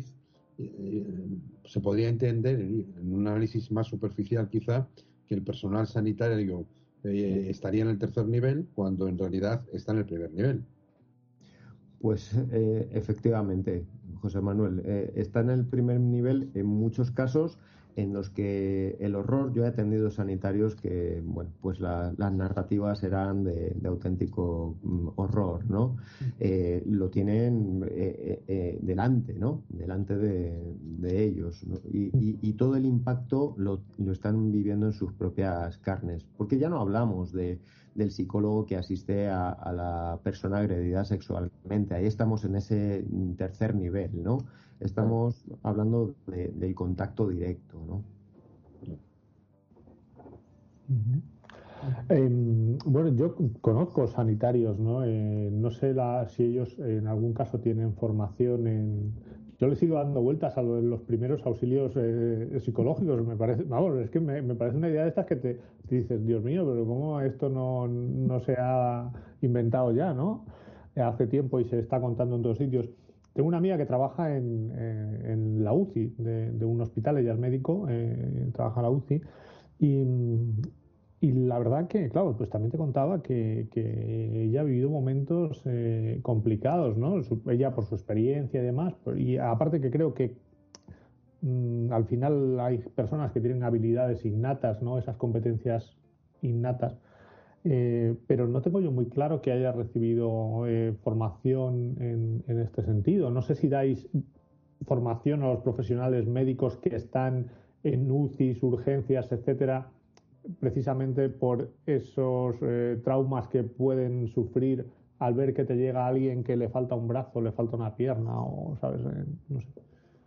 eh, se podría entender en un análisis más superficial quizá que el personal sanitario eh, estaría en el tercer nivel cuando en realidad está en el primer nivel. Pues eh, efectivamente, José Manuel, eh, está en el primer nivel en muchos casos, en los que el horror, yo he atendido sanitarios que, bueno, pues la, las narrativas eran de, de auténtico mm, horror, ¿no? Eh, lo tienen eh, eh, delante, ¿no? Delante de, de ellos, ¿no? Y, y, y todo el impacto lo, lo están viviendo en sus propias carnes, porque ya no hablamos de, del psicólogo que asiste a, a la persona agredida sexualmente, ahí estamos en ese tercer nivel, ¿no? Estamos hablando de, del contacto directo, ¿no? Uh-huh. Eh, bueno, yo conozco sanitarios, ¿no? Eh, no sé la, si ellos en algún caso tienen formación en... Yo les sigo dando vueltas a lo de los primeros auxilios eh, psicológicos. Me parece, vamos, es que me, me parece una idea de estas que te, te dices, Dios mío, pero cómo esto no, no se ha inventado ya, ¿no? Hace tiempo y se está contando en todos sitios. Tengo una amiga que trabaja en, eh, en la U C I de, de un hospital, ella es médico, eh, trabaja en la U C I y, y la verdad que, claro, pues también te contaba que, que ella ha vivido momentos eh, complicados, ¿no? Su, ella por su experiencia y demás, y aparte que creo que mmm, al final hay personas que tienen habilidades innatas, ¿no? Esas competencias innatas. Eh, pero no tengo yo muy claro que haya recibido eh, formación en, en este sentido. No sé si dais formación a los profesionales médicos que están en U C Is, urgencias, etcétera, precisamente por esos eh, traumas que pueden sufrir al ver que te llega alguien que le falta un brazo, le falta una pierna o, ¿sabes? Eh, no sé.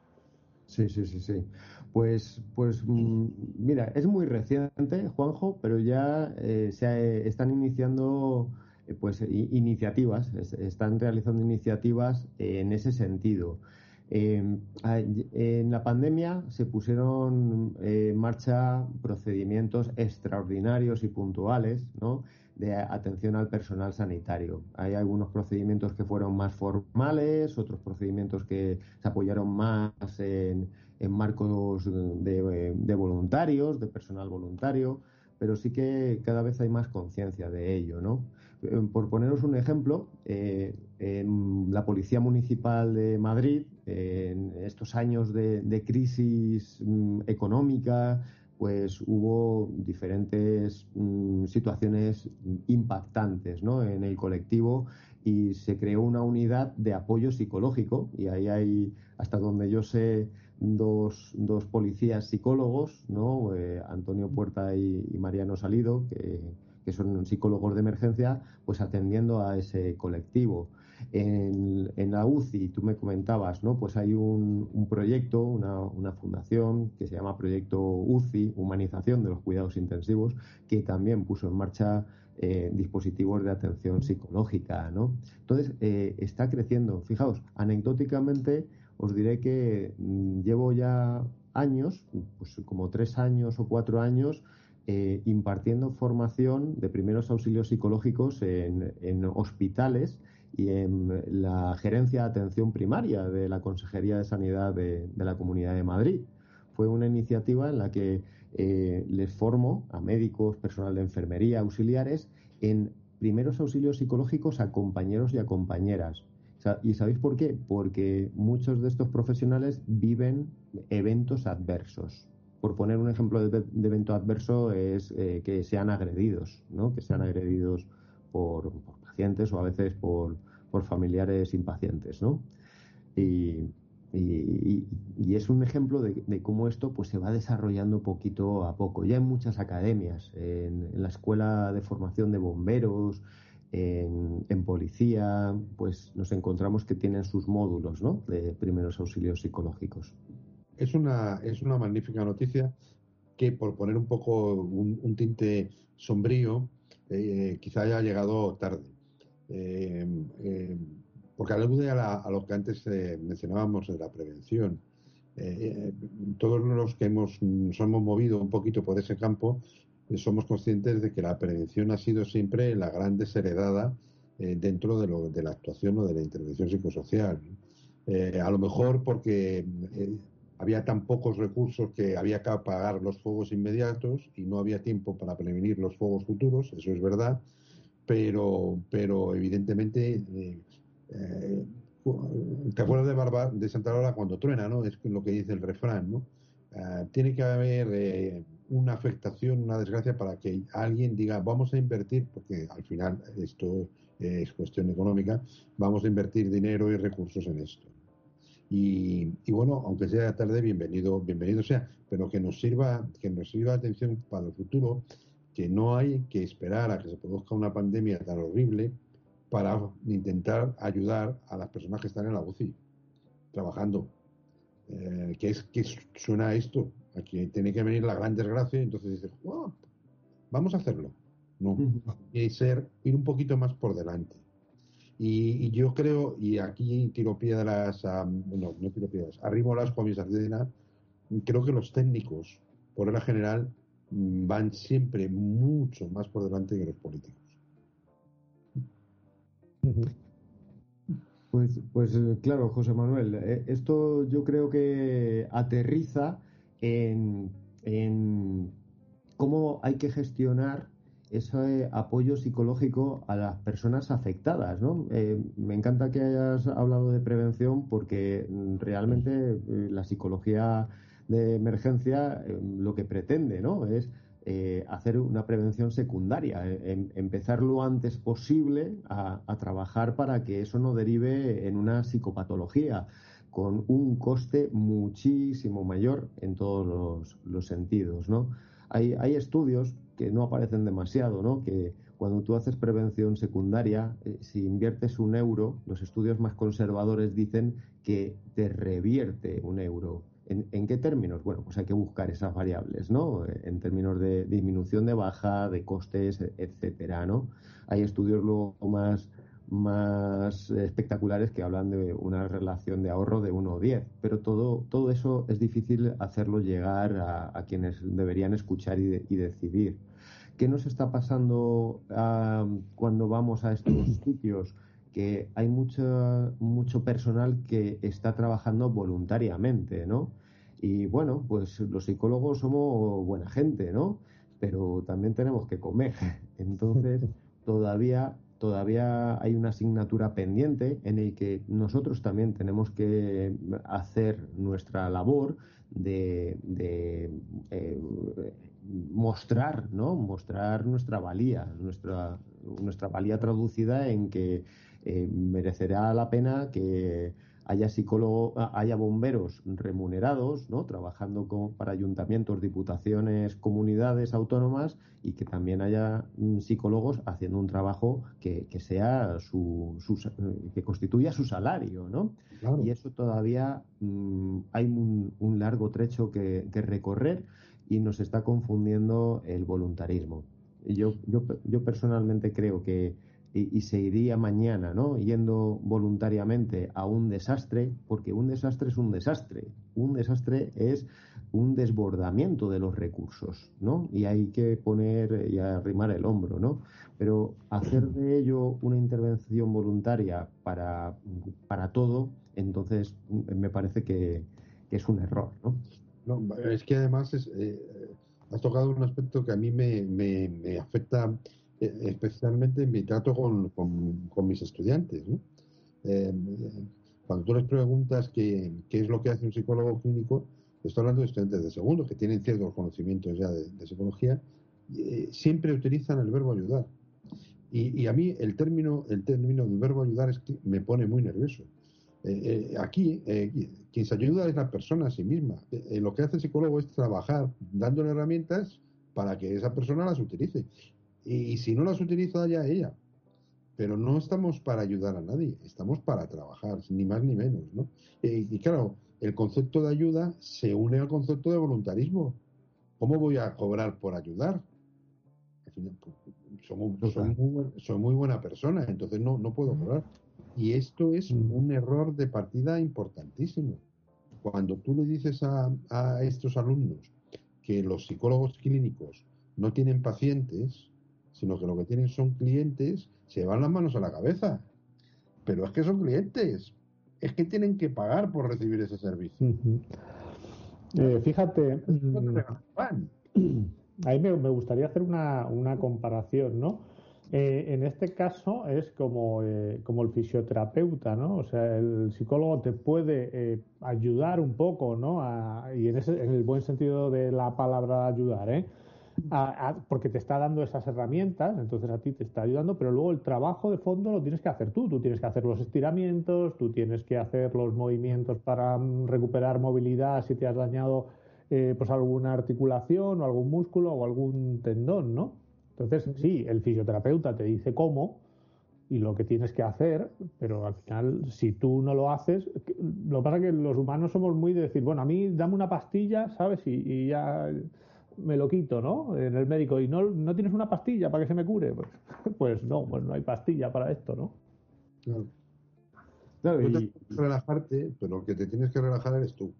Sí, sí, sí, sí. Pues, pues mira, es muy reciente, Juanjo, pero ya eh, se eh, están iniciando eh, pues i- iniciativas, es, están realizando iniciativas eh, en ese sentido. Eh, a- en la pandemia se pusieron eh, en marcha procedimientos extraordinarios y puntuales, ¿no?, de atención al personal sanitario. Hay algunos procedimientos que fueron más formales, otros procedimientos que se apoyaron más en, en marcos de, de voluntarios, de personal voluntario, pero sí que cada vez hay más conciencia de ello, ¿no? Por poneros un ejemplo, eh, en la Policía Municipal de Madrid, eh, en estos años de, de crisis mm, económica, pues hubo diferentes mm, situaciones impactantes, ¿no?, en el colectivo, y se creó una unidad de apoyo psicológico, y ahí hay, hasta donde yo sé, dos, dos policías psicólogos, ¿no?, eh, Antonio Puerta y, y Mariano Salido, que, que son psicólogos de emergencia, pues atendiendo a ese colectivo. En, en la U C I, tú me comentabas, ¿no?, pues hay un, un proyecto, una, una fundación que se llama Proyecto U C I, Humanización de los Cuidados Intensivos, que también puso en marcha eh, dispositivos de atención psicológica, ¿no? Entonces, eh, está creciendo. Fijaos, anecdóticamente os diré que mmm, llevo ya años, pues como tres años o cuatro años, eh, impartiendo formación de primeros auxilios psicológicos en, en hospitales y en la gerencia de atención primaria de la Consejería de Sanidad de, de la Comunidad de Madrid. Fue una iniciativa en la que eh, les formo a médicos, personal de enfermería, auxiliares, en primeros auxilios psicológicos a compañeros y a compañeras. ¿Y sabéis por qué? Porque muchos de estos profesionales viven eventos adversos. Por poner un ejemplo de, de evento adverso es eh, que sean agredidos, ¿no? Que sean agredidos por, por pacientes o a veces por, por familiares impacientes, ¿no? Y, y, y es un ejemplo de, de cómo esto pues se va desarrollando poquito a poco. Ya en muchas academias, en, en la Escuela de Formación de Bomberos, en, en policía, pues nos encontramos que tienen sus módulos, ¿no?, de primeros auxilios psicológicos. Es una, es una magnífica noticia que, por poner un poco un, un tinte sombrío, eh, quizá haya llegado tarde. Eh, eh, porque alude a, la, a lo que antes eh, mencionábamos de la prevención. Eh, eh, todos los que hemos, nos hemos movido un poquito por ese campo, eh, somos conscientes de que la prevención ha sido siempre la gran desheredada eh, dentro de, lo, de la actuación o de la intervención psicosocial. Eh, a lo mejor porque eh, había tan pocos recursos que había que apagar los fuegos inmediatos y no había tiempo para prevenir los fuegos futuros, eso es verdad, pero, pero evidentemente, eh, eh, ¿te acuerdas de, Barba, de Santa Laura cuando truena, ¿no? Es lo que dice el refrán, ¿no? Uh, tiene que haber eh, una afectación, una desgracia para que alguien diga vamos a invertir, porque al final esto eh, es cuestión económica, vamos a invertir dinero y recursos en esto. Y, y bueno, aunque sea tarde, bienvenido, bienvenido sea, pero que nos sirva, que nos sirva atención para el futuro, que no hay que esperar a que se produzca una pandemia tan horrible para intentar ayudar a las personas que están en la U C I, trabajando. Eh, que es que suena a esto, aquí tiene que venir la gran desgracia, y entonces dices, oh, vamos a hacerlo. No, uh-huh. Hay que ser, ir un poquito más por delante. Y, y yo creo, y aquí tiro piedras, a, no, no tiro piedras, arrimo las con mi sardina, creo que los técnicos, por regla general, van siempre mucho más por delante que los políticos. Pues, pues claro, José Manuel, esto yo creo que aterriza en, en cómo hay que gestionar ese apoyo psicológico a las personas afectadas, ¿no? Eh, me encanta que hayas hablado de prevención porque realmente eh, la psicología de emergencia eh, lo que pretende, ¿no? Es eh, hacer una prevención secundaria, eh, empezar lo antes posible a, a trabajar para que eso no derive en una psicopatología con un coste muchísimo mayor en todos los, los sentidos, ¿no? Hay, hay estudios que no aparecen demasiado, ¿no? Que cuando tú haces prevención secundaria, eh, si inviertes un euro, los estudios más conservadores dicen que te revierte un euro. ¿En, ¿En qué términos? Bueno, pues hay que buscar esas variables, ¿no? En términos de disminución de baja, de costes, etcétera, ¿no? Hay estudios luego más más espectaculares que hablan de una relación de ahorro de uno a diez, pero todo, todo eso es difícil hacerlo llegar a, a quienes deberían escuchar y, de, y decidir. ¿Qué nos está pasando uh, cuando vamos a estos sitios? Que hay mucho, mucho personal que está trabajando voluntariamente, ¿no? Y bueno, pues los psicólogos somos buena gente, ¿no? Pero también tenemos que comer. Entonces, todavía... Todavía hay una asignatura pendiente en el que nosotros también tenemos que hacer nuestra labor de, de eh, mostrar, ¿no? Mostrar nuestra valía, nuestra, nuestra valía traducida en que eh, merecerá la pena que haya psicólogos, haya bomberos remunerados, ¿no? Trabajando con, para ayuntamientos, diputaciones, comunidades autónomas, y que también haya psicólogos haciendo un trabajo que, que sea su, su que constituya su salario, ¿no? Claro. Y eso todavía mmm, hay un, un largo trecho que, que recorrer y nos está confundiendo el voluntarismo. Yo, yo, yo personalmente creo que Y, y se iría mañana, ¿no? Yendo voluntariamente a un desastre, porque un desastre es un desastre. Un desastre es un desbordamiento de los recursos, ¿no? Y hay que poner y arrimar el hombro, ¿no? Pero hacer de ello una intervención voluntaria para, para todo, entonces me parece que, que es un error, ¿no? No, es que además es, eh, has tocado un aspecto que a mí me, me, me afecta especialmente en mi trato con, con, con mis estudiantes, ¿no? Eh, cuando tú les preguntas qué, qué es lo que hace un psicólogo clínico, estoy hablando de estudiantes de segundo que tienen ciertos conocimientos ya de, de psicología, eh, siempre utilizan el verbo ayudar. Y, y a mí el término, el término del verbo ayudar es que me pone muy nervioso. Eh, eh, aquí, eh, quien se ayuda es la persona a sí misma. Eh, lo que hace el psicólogo es trabajar dándole herramientas para que esa persona las utilice. Y si no las utiliza, ya ella. Pero no estamos para ayudar a nadie, estamos para trabajar, ni más ni menos, ¿no? Y, y claro, el concepto de ayuda se une al concepto de voluntarismo. ¿Cómo voy a cobrar por ayudar? Al final, soy, muy, soy, muy, soy muy buena persona, entonces no, no puedo cobrar. Y esto es un error de partida importantísimo. Cuando tú le dices a, a estos alumnos que los psicólogos clínicos no tienen pacientes, sino que lo que tienen son clientes, se van las manos a la cabeza. Pero es que son clientes, es que tienen que pagar por recibir ese servicio. Uh-huh. Eh, fíjate, a mí me, me gustaría hacer una, una comparación, ¿no? Eh, en este caso es como, eh, como el fisioterapeuta, ¿no? O sea, el psicólogo te puede eh, ayudar un poco, ¿no? A- y en, ese, en el buen sentido de la palabra ayudar, ¿eh? A- a- porque te está dando esas herramientas, entonces a ti te está ayudando, pero luego el trabajo de fondo lo tienes que hacer tú. Tú tienes que hacer los estiramientos, tú tienes que hacer los movimientos para mm, recuperar movilidad si te has dañado eh, pues alguna articulación o algún músculo o algún tendón, ¿no? Entonces, sí, el fisioterapeuta te dice cómo y lo que tienes que hacer, pero al final, si tú no lo haces, lo que pasa es que los humanos somos muy de decir, bueno, a mí dame una pastilla, ¿sabes? Y, y ya me lo quito, ¿no? En el médico, y no, no tienes una pastilla para que se me cure. Pues, pues no, pues no hay pastilla para esto, ¿no? Claro. Claro, Tú te y, tienes que relajarte, pero el que te tienes que relajar eres tú.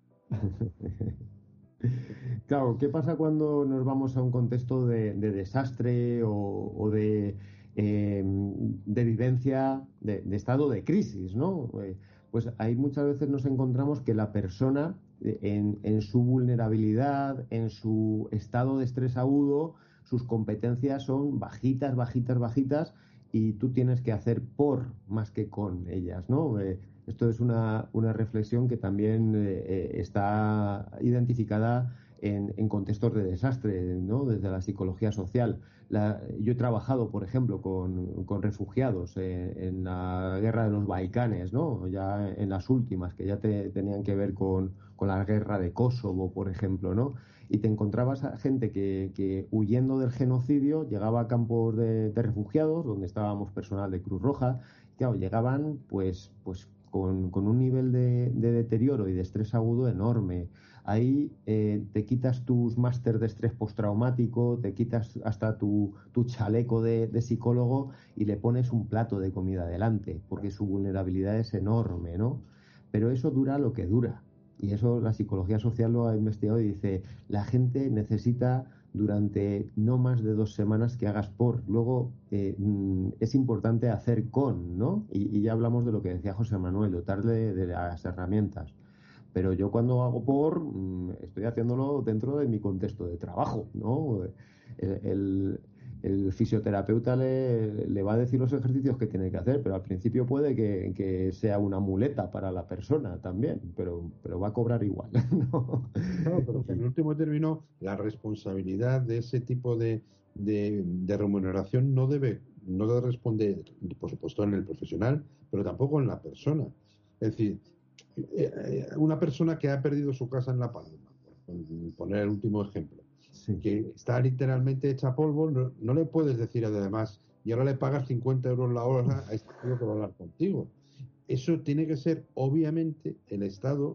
claro, ¿qué pasa cuando nos vamos a un contexto de, de desastre o, o de, eh, de vivencia, de, de estado de crisis, ¿no? Eh, pues ahí muchas veces nos encontramos que la persona, eh, en, en su vulnerabilidad, en su estado de estrés agudo, sus competencias son bajitas, bajitas, bajitas, y tú tienes que hacer por más que con ellas, ¿no? Eh, esto es una, una reflexión que también eh, eh, está identificada en, en contextos de desastre, ¿no? Desde la psicología social. La, yo he trabajado, por ejemplo, con, con refugiados eh, en la guerra de los Balcanes, ¿no? Ya en las últimas, que ya te, tenían que ver con, con la guerra de Kosovo, por ejemplo, ¿no? Y te encontrabas a gente que, que huyendo del genocidio llegaba a campos de, de refugiados, donde estábamos personal de Cruz Roja. Claro, llegaban pues, pues con, con un nivel de, de deterioro y de estrés agudo enorme. Ahí eh, te quitas tus máster de estrés postraumático, te quitas hasta tu, tu chaleco de, de psicólogo y le pones un plato de comida delante, porque su vulnerabilidad es enorme, ¿no? Pero eso dura lo que dura. Y eso la psicología social lo ha investigado y dice, la gente necesita durante no más de dos semanas que hagas por. Luego eh, mm, es importante hacer con, ¿no? Y, y ya hablamos de lo que decía José Manuel, dotarle de, de las herramientas. Pero yo cuando hago por, mm, estoy haciéndolo dentro de mi contexto de trabajo, ¿no? El, el, el fisioterapeuta le, le va a decir los ejercicios que tiene que hacer, pero al principio puede que, que sea una muleta para la persona también, pero, pero va a cobrar igual, ¿no? Claro, pero que en último término la responsabilidad de ese tipo de, de, de remuneración no debe, no debe responder, por supuesto, en el profesional, pero tampoco en la persona. Es decir, eh, eh, una persona que ha perdido su casa en La Palma, por poner el último ejemplo, Sí, que está literalmente hecha polvo, no, no le puedes decir además, y ahora le pagas cincuenta euros la hora a este tío que va a hablar contigo. Eso tiene que ser, obviamente, el Estado,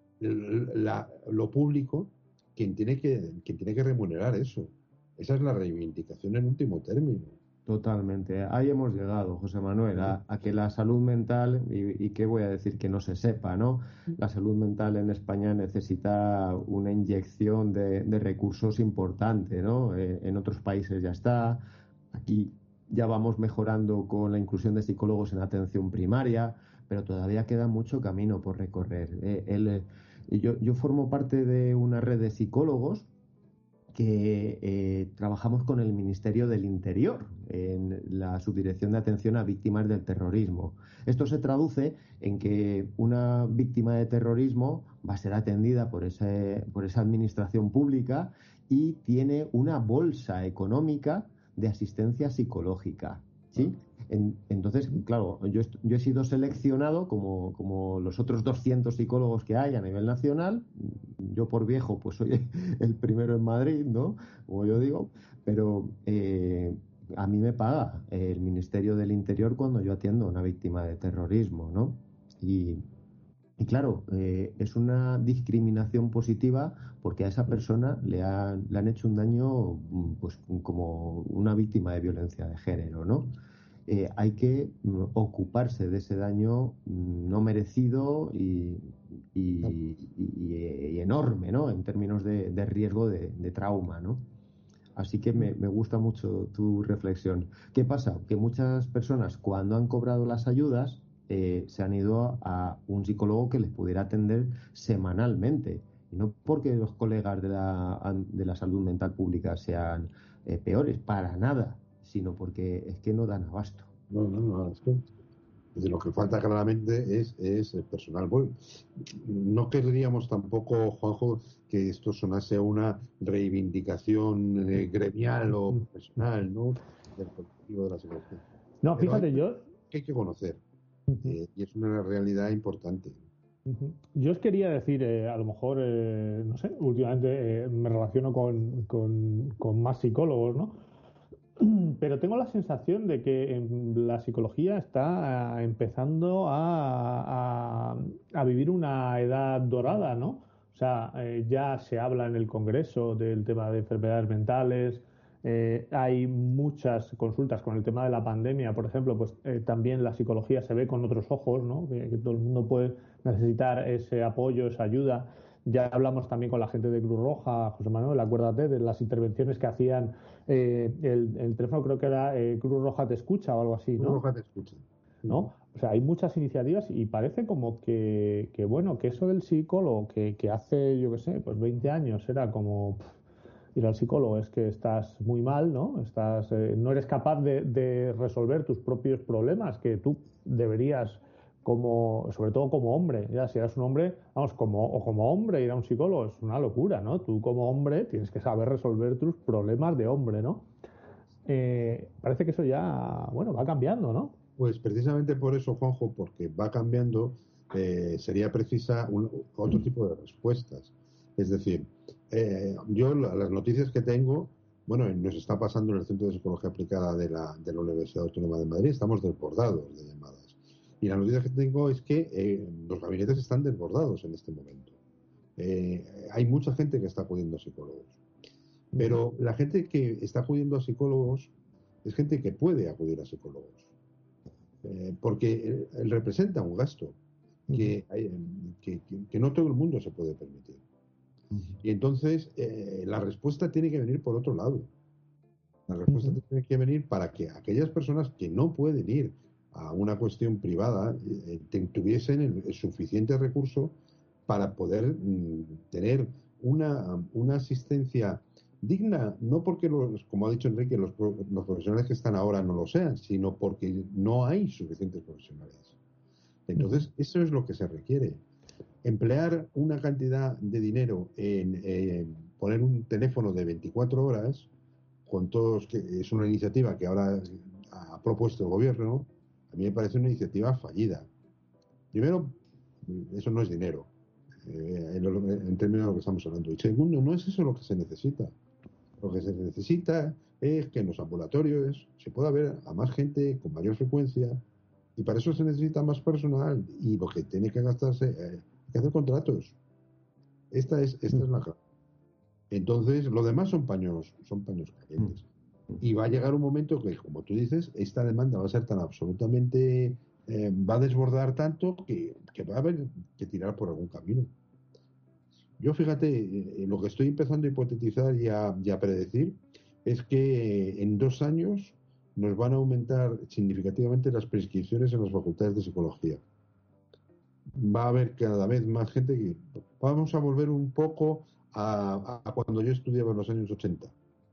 la, lo público, quien tiene que, quien tiene que remunerar eso. Esa es la reivindicación en último término. totalmente. Ahí hemos llegado, José Manuel, a, a que la salud mental, y, y qué voy a decir que no se sepa, ¿no? La salud mental en España necesita una inyección de, de recursos importante, ¿no? Eh, en otros países ya está. Aquí ya vamos mejorando con la inclusión de psicólogos en atención primaria, pero todavía queda mucho camino por recorrer. Eh, el, yo, yo formo parte de una red de psicólogos que eh, trabajamos con el Ministerio del Interior en la Subdirección de Atención a Víctimas del Terrorismo. Esto se traduce en que una víctima de terrorismo va a ser atendida por, ese, por esa administración pública y tiene una bolsa económica de asistencia psicológica, ¿sí? En, entonces, claro, yo, yo he sido seleccionado como, como los otros doscientos psicólogos que hay a nivel nacional. Yo por viejo, pues soy el primero en Madrid, ¿no? Como yo digo, pero eh, a mí me paga el Ministerio del Interior cuando yo atiendo a una víctima de terrorismo, ¿no? Y, y claro, eh, es una discriminación positiva porque a esa persona le, ha, le han hecho un daño, pues como una víctima de violencia de género, ¿no? Eh, hay que mm, ocuparse de ese daño mm, no merecido y, y, y- y enorme, ¿no? En términos de, de riesgo de, de trauma, ¿no? Así que me, me gusta mucho tu reflexión. ¿Qué pasa? Que muchas personas cuando han cobrado las ayudas eh, se han ido a un psicólogo que les pudiera atender semanalmente. Y no porque los colegas de la, de la salud mental pública sean eh, peores, para nada, sino porque es que no dan abasto. No, no, no, es que de lo que falta claramente es, es el personal. Bueno, no querríamos tampoco, Juanjo, que esto sonase una reivindicación eh, gremial o profesional, ¿no?, del colectivo de la psicología. No, Pero fíjate, hay yo... que, hay que conocer, eh, y es una realidad importante. Yo os quería decir, eh, a lo mejor, eh, no sé, últimamente eh, me relaciono con, con, con más psicólogos, ¿no? Pero tengo la sensación de que en la psicología está eh, empezando a, a- a vivir una edad dorada, ¿no? O sea, eh, ya se habla en el Congreso del tema de enfermedades mentales, eh, hay muchas consultas con el tema de la pandemia, por ejemplo, pues eh, también la psicología se ve con otros ojos, ¿no? Que, que todo el mundo puede necesitar ese apoyo, esa ayuda. Ya hablamos también con la gente de Cruz Roja, José Manuel, acuérdate de las intervenciones que hacían, eh, el, el teléfono creo que era eh, Cruz Roja te escucha o algo así, Cruz ¿no? Roja te escucha. ¿No? O sea, hay muchas iniciativas y parece como que, que bueno, que eso del psicólogo, que, que hace, yo qué sé, pues veinte años era como pff, ir al psicólogo, es que estás muy mal, ¿no? Estás, eh, no eres capaz de, de resolver tus propios problemas, que tú deberías, como, sobre todo como hombre, ya si eras un hombre, vamos, como, o como hombre ir a un psicólogo es una locura, ¿no? Tú como hombre tienes que saber resolver tus problemas de hombre, ¿no? Eh, parece que eso ya, bueno, va cambiando, ¿no? Pues precisamente por eso, Juanjo, porque va cambiando, eh, sería precisa un, otro tipo de respuestas. Es decir, eh, yo la- las noticias que tengo, bueno, nos está pasando en el Centro de Psicología Aplicada de la, de la Universidad Autónoma de Madrid, estamos desbordados de llamadas. Y las noticias que tengo es que eh, los gabinetes están desbordados en este momento. Eh, hay mucha gente que está acudiendo a psicólogos. Pero la gente que está acudiendo a psicólogos es gente que puede acudir a psicólogos. Eh, porque él, él representa un gasto que, hay, que, que, que no todo el mundo se puede permitir. Y entonces eh, la respuesta tiene que venir por otro lado. La respuesta uh-huh. tiene que venir para que aquellas personas que no pueden ir a una cuestión privada eh, tuviesen el, el suficiente recurso para poder mm, tener una, una asistencia digna, no porque, los, como ha dicho Enrique, los, los profesionales que están ahora no lo sean, sino porque no hay suficientes profesionales. Entonces, eso es lo que se requiere. Emplear una cantidad de dinero en eh, poner un teléfono de veinticuatro horas, con todos, que es una iniciativa que ahora ha propuesto el gobierno, a mí me parece una iniciativa fallida. Primero, eso no es dinero, eh, en, lo, en términos de lo que estamos hablando. Y segundo, no es eso lo que se necesita. Lo que se necesita es que en los ambulatorios se pueda ver a más gente con mayor frecuencia, y para eso se necesita más personal, y lo que tiene que gastarse, eh, hay que hacer contratos. Esta es, esta es la clave. Entonces, lo demás son paños, son paños calientes. Y va a llegar un momento que, como tú dices, esta demanda va a ser tan absolutamente, eh, va a desbordar tanto que, que va a haber que tirar por algún camino. Yo, fíjate, eh, lo que estoy empezando a hipotetizar y a, y a predecir es que eh, en dos años nos van a aumentar significativamente las prescripciones en las facultades de psicología. Va a haber cada vez más gente que... Vamos a volver un poco a, a cuando yo estudiaba en los años ochenta.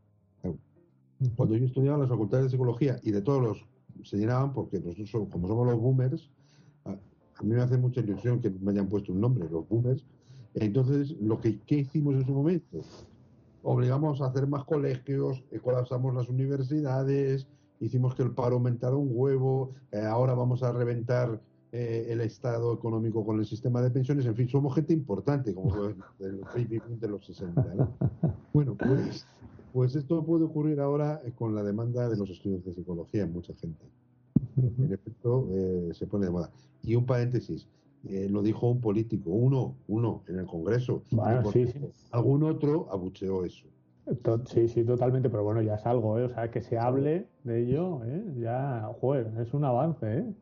Cuando yo estudiaba en las facultades de psicología, y de todos los se llenaban, porque nosotros, como somos los boomers, a, a mí me hace mucha ilusión que me hayan puesto un nombre, los boomers. Entonces, lo que ¿qué hicimos en su momento? Obligamos a hacer más colegios, colapsamos las universidades, hicimos que el paro aumentara un huevo, eh, ahora vamos a reventar eh, el estado económico con el sistema de pensiones. En fin, somos gente importante, como el baby boom de los sesenta, ¿no? Bueno, pues, pues esto puede ocurrir ahora con la demanda de los estudios de psicología en mucha gente. En efecto, eh, se pone de moda. Y un paréntesis, eh, lo dijo un político, uno, uno en el Congreso, bueno, y por sí, sí. algún otro abucheó eso. Sí, sí, totalmente, pero bueno, ya es algo, ¿eh? O sea, que se hable de ello, ¿eh? Ya, joder, es un avance, ¿eh?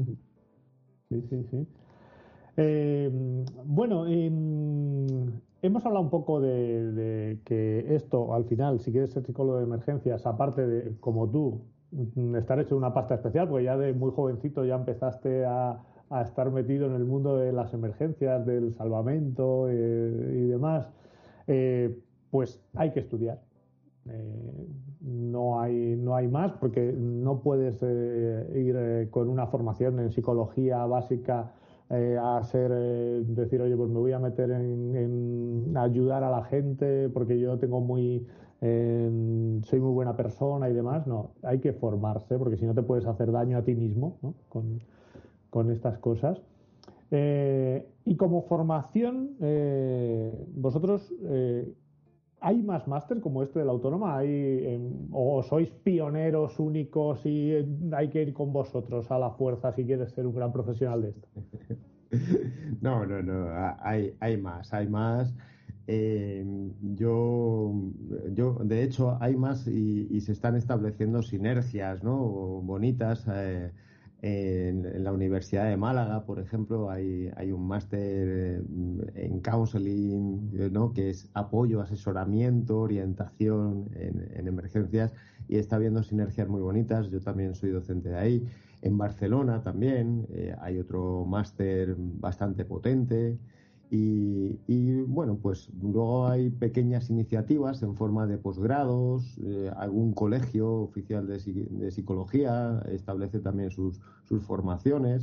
Sí, sí, sí. Eh, bueno, eh, hemos hablado un poco de, de que esto, al final, si quieres ser psicólogo de emergencias, aparte de, como tú, estar hecho una pasta especial, porque ya de muy jovencito ya empezaste a, a estar metido en el mundo de las emergencias, del salvamento eh, y demás, eh, pues hay que estudiar. Eh, no hay no hay más porque no puedes eh, ir eh, con una formación en psicología básica eh, a ser eh, decir oye pues me voy a meter en, en ayudar a la gente porque yo tengo muy eh, soy muy buena persona y demás. No, hay que formarse porque si no te puedes hacer daño a ti mismo, ¿no? con, con estas cosas. Eh, y como formación, eh, vosotros, eh, ¿hay más máster como este de la Autónoma? ¿Hay, eh, ¿O sois pioneros únicos y eh, hay que ir con vosotros a la fuerza si quieres ser un gran profesional de esto? No, no, no, hay, hay más, hay más. Eh, yo, yo, de hecho, hay más y, y se están estableciendo sinergias, ¿no? Bonitas. Eh, en, en la Universidad de Málaga, por ejemplo, hay, hay un máster en counseling, ¿no? Que es apoyo, asesoramiento, orientación en, en emergencias y está habiendo sinergias muy bonitas. Yo también soy docente de ahí. En Barcelona también eh, hay otro máster bastante potente. Y, y, bueno, pues luego hay pequeñas iniciativas en forma de posgrados, eh, algún colegio oficial de, de psicología establece también sus, sus formaciones.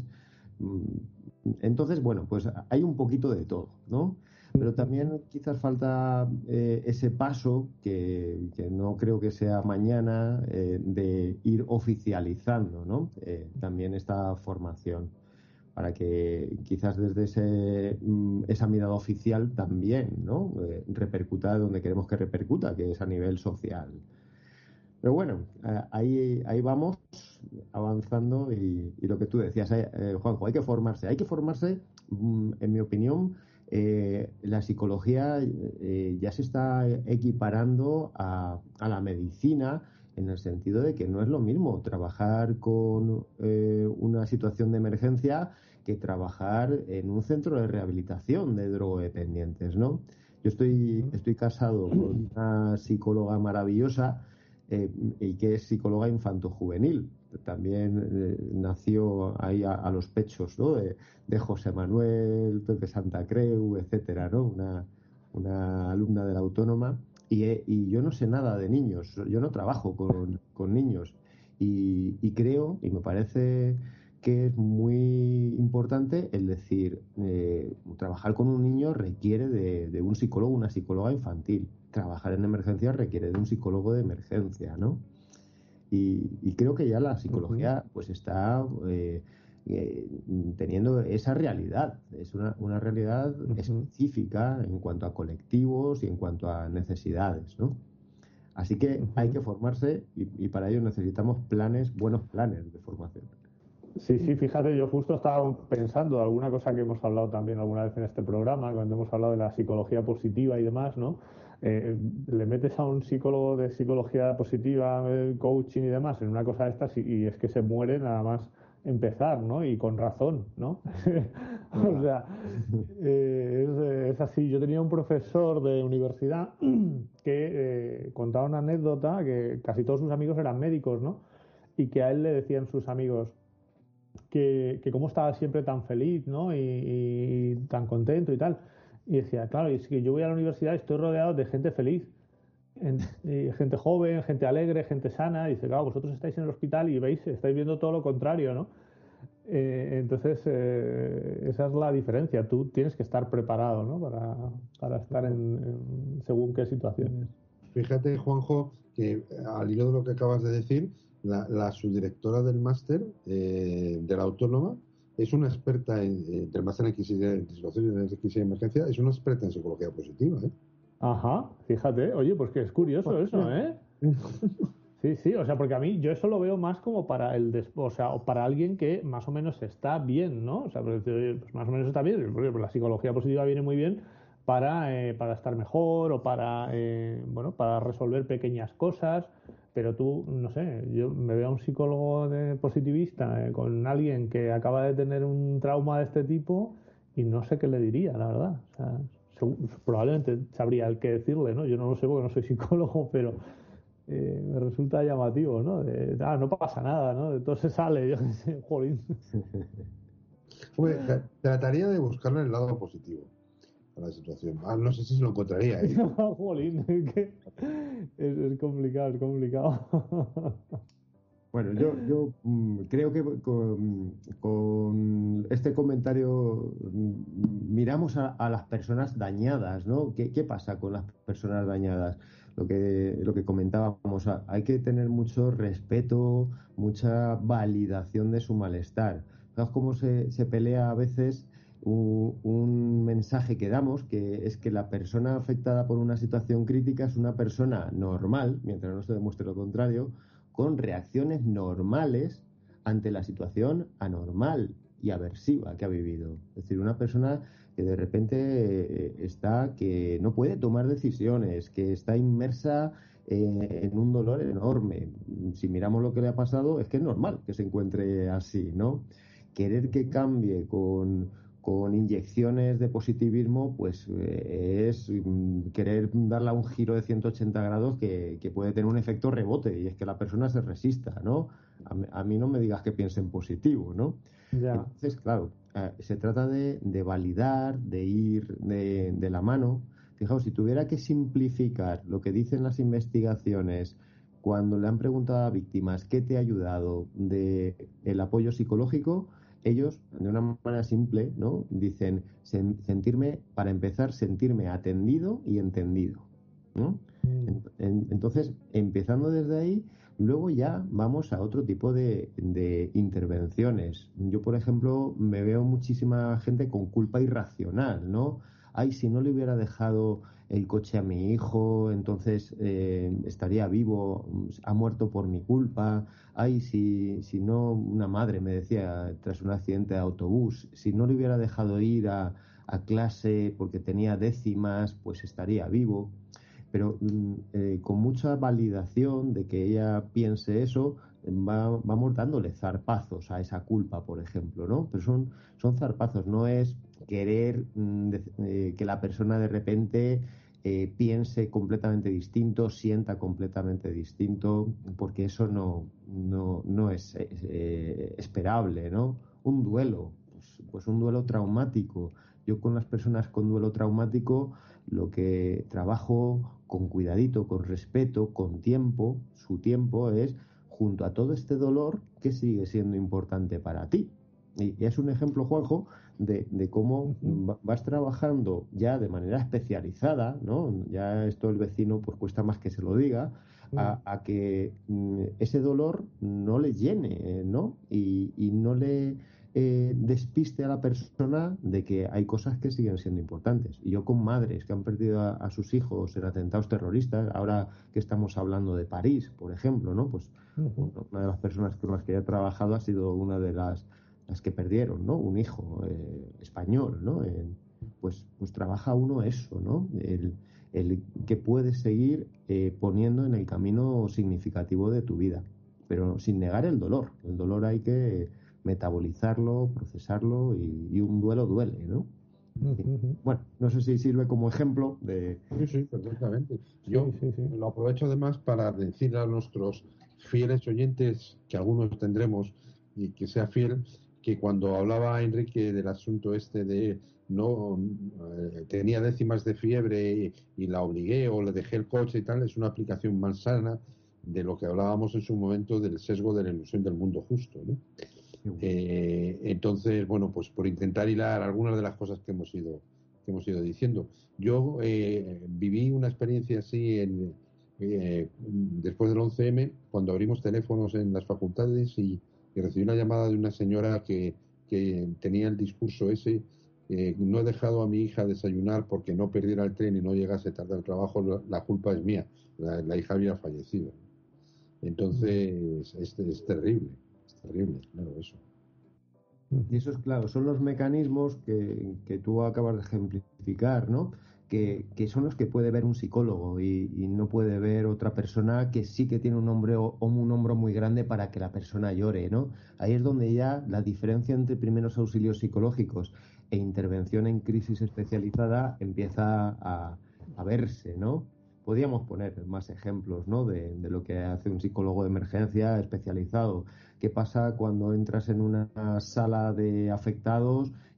Entonces, bueno, pues hay un poquito de todo, ¿no? Pero también quizás falta eh, ese paso que, que no creo que sea mañana eh, de ir oficializando, ¿no? Eh, también esta formación para que quizás desde ese, esa mirada oficial también, ¿no? Eh, repercuta donde queremos que repercuta, que es a nivel social. Pero bueno, eh, ahí, ahí vamos avanzando y, y lo que tú decías, eh, Juanjo, hay que formarse. Hay que formarse, en mi opinión, eh, la psicología eh, ya se está equiparando a, a la medicina en el sentido de que no es lo mismo trabajar con eh, una situación de emergencia que trabajar en un centro de rehabilitación de drogodependientes, ¿no? Yo estoy, estoy casado con una psicóloga maravillosa eh, y que es psicóloga infanto-juvenil. También eh, nació ahí a, a los pechos, ¿no? de, de José Manuel, Pepe Santa Creu, etcétera, ¿no? Una, una alumna de la Autónoma. Y, y yo no sé nada de niños, yo no trabajo con, con niños. Y, y creo, y me parece que es muy importante el decir, eh, trabajar con un niño requiere de, de un psicólogo, una psicóloga infantil. Trabajar en emergencias requiere de un psicólogo de emergencia, ¿no? Y, y creo que ya la psicología pues está eh, eh, teniendo esa realidad. Es una, una realidad uh-huh. específica en cuanto a colectivos y en cuanto a necesidades, ¿no? Así que uh-huh. hay que formarse y, y para ello necesitamos planes, buenos planes de formación. Sí, sí, fíjate, yo justo estaba pensando alguna cosa que hemos hablado también alguna vez en este programa, cuando hemos hablado de la psicología positiva y demás, ¿no? Eh, le metes a un psicólogo de psicología positiva, coaching y demás en una cosa de estas y, y es que se muere nada más empezar, ¿no? Y con razón, ¿no? O sea, eh, es, es así. Yo tenía un profesor de universidad que eh, contaba una anécdota que casi todos sus amigos eran médicos, ¿no? Y que a él le decían sus amigos que, que cómo estaba siempre tan feliz, ¿no? Y, y tan contento y tal. Y decía, claro, es que yo voy a la universidad y estoy rodeado de gente feliz, en, y gente joven, gente alegre, gente sana. Y dice, claro, vosotros estáis en el hospital y veis, estáis viendo todo lo contrario, ¿no? Eh, entonces, eh, esa es la diferencia. Tú tienes que estar preparado, ¿no? Para, para estar en, en según qué situaciones. Fíjate, Juanjo, que al hilo de lo que acabas de decir, la, la subdirectora del máster eh, de la Autónoma es una experta en, eh, del máster en crisis de situaciones de crisis de emergencia, es una experta en psicología positiva, ¿eh? Ajá, fíjate, oye, pues que es curioso eso, ¿eh? Sí, sí, o sea, porque a mí yo eso lo veo más como para el des... o sea, para alguien que más o menos está bien, ¿no? O sea, pues, pues más o menos está bien, porque pues la psicología positiva viene muy bien para, eh, para estar mejor o para, eh, bueno, para resolver pequeñas cosas, pero tú, no sé, yo me veo a un psicólogo de positivista eh, con alguien que acaba de tener un trauma de este tipo y no sé qué le diría, la verdad. O sea, probablemente sabría el qué decirle, ¿no? Yo no lo sé porque no soy psicólogo, pero eh, me resulta llamativo, ¿no? De, ah, no pasa nada, ¿no? De todo se sale, yo qué sé, jolín. Hombre, trataría de buscarle el lado positivo. a la situación. Ah, no sé si se lo encontraría, ¿eh? Jolín, es, que es, es complicado, es complicado. Bueno, yo, yo mm, creo que con, con este comentario mm, miramos a, a las personas dañadas, ¿no? ¿Qué, qué pasa con las personas dañadas? Lo que, lo que comentábamos, a- hay que tener mucho respeto, mucha validación de su malestar. Fijaos cómo se, se pelea a veces un, un mensaje que damos, que es que la persona afectada por una situación crítica es una persona normal, mientras no se demuestre lo contrario, con reacciones normales ante la situación anormal y aversiva que ha vivido. Es decir, una persona que de repente eh, está, que no puede tomar decisiones, que está inmersa eh, en un dolor enorme. Si miramos lo que le ha pasado, es que es normal que se encuentre así, ¿no? Querer que cambie con, con inyecciones de positivismo, pues eh, es mm, querer darle un giro de ciento ochenta grados que, que puede tener un efecto rebote, y es que la persona se resista, ¿no? A, mí- a mí no me digas que piense en positivo, ¿no? Ya. Entonces, claro, eh, se trata de, de validar, de ir de, de la mano. Fijaos, si tuviera que simplificar lo que dicen las investigaciones cuando le han preguntado a víctimas qué te ha ayudado de el apoyo psicológico, ellos, de una manera simple, ¿no? Dicen, sen- sentirme, para empezar, sentirme atendido y entendido, ¿no? Mm. En- en- Entonces, empezando desde ahí, luego ya vamos a otro tipo de, de intervenciones. Yo, por ejemplo, me veo muchísima gente con culpa irracional, ¿no? Ay, si no le hubiera dejado el coche a mi hijo, entonces eh, estaría vivo, ha muerto por mi culpa. Ay, si, si no, una madre me decía tras un accidente de autobús, si no le hubiera dejado ir a, a clase porque tenía décimas, pues estaría vivo. Pero mm, eh, con mucha validación de que ella piense eso, va- vamos dándole zarpazos a esa culpa, por ejemplo, ¿no? Pero son, son zarpazos, no es querer mm, de- eh, que la persona de repente eh, piense completamente distinto, sienta completamente distinto, porque eso no, no, no es eh, esperable, ¿no? Un duelo, pues, pues un duelo traumático. Yo con las personas con duelo traumático lo que trabajo con cuidadito, con respeto, con tiempo, su tiempo es junto a todo este dolor que sigue siendo importante para ti. Y, y es un ejemplo, Juanjo, de, de cómo Ujú. va- vas trabajando ya de manera especializada, ¿no? Ya esto el vecino pues cuesta más que se lo diga, a, a que mm, ese dolor no le llene, eh, ¿no? Y, y no le eh, despiste a la persona de que hay cosas que siguen siendo importantes. Y yo con madres que han perdido a, a sus hijos en atentados terroristas, ahora que estamos hablando de París, por ejemplo, ¿no? Pues Ujú. una de las personas con las que he trabajado ha sido una de las, las que perdieron, ¿no? Un hijo eh, español, ¿no? En- pues, pues trabaja uno eso, ¿no? El, el que puedes seguir eh, poniendo en el camino significativo de tu vida, pero sin negar el dolor. El dolor hay que metabolizarlo, procesarlo, y, y un duelo duele, ¿no? Y, Ujú. bueno, no sé si sirve como ejemplo de... Sí, sí, perfectamente. Sí, Yo sí, sí. lo aprovecho además para decir a nuestros fieles oyentes, que algunos tendremos y que sea fiel, que cuando hablaba Enrique del asunto este de no eh, tenía décimas de fiebre y, y la obligué o le dejé el coche y tal, es una aplicación más sana de lo que hablábamos en su momento del sesgo de la ilusión del mundo justo, ¿no? Eh, entonces, bueno, pues por intentar hilar algunas de las cosas que hemos ido, que hemos ido diciendo. Yo eh, viví una experiencia así en, eh, después del once eme, cuando abrimos teléfonos en las facultades y, y recibí una llamada de una señora que, que tenía el discurso ese, eh, no he dejado a mi hija desayunar porque no perdiera el tren y no llegase tarde al trabajo, la, la culpa es mía, la, la hija había fallecido. Entonces, es, es terrible, es terrible, claro, eso. Y eso es claro, son los mecanismos que, que tú acabas de ejemplificar, ¿no? Que, que son los que puede ver un psicólogo, y, y no puede ver otra persona que sí que tiene un hombro, o un hombro muy grande para que la persona llore, ¿no? Ahí es donde ya la diferencia entre primeros auxilios psicológicos e intervención en crisis especializada empieza a, a verse, ¿no? Podríamos poner más ejemplos, ¿no? De, de lo que hace un psicólogo de emergencia especializado. ¿Qué pasa cuando entras en una sala de afectados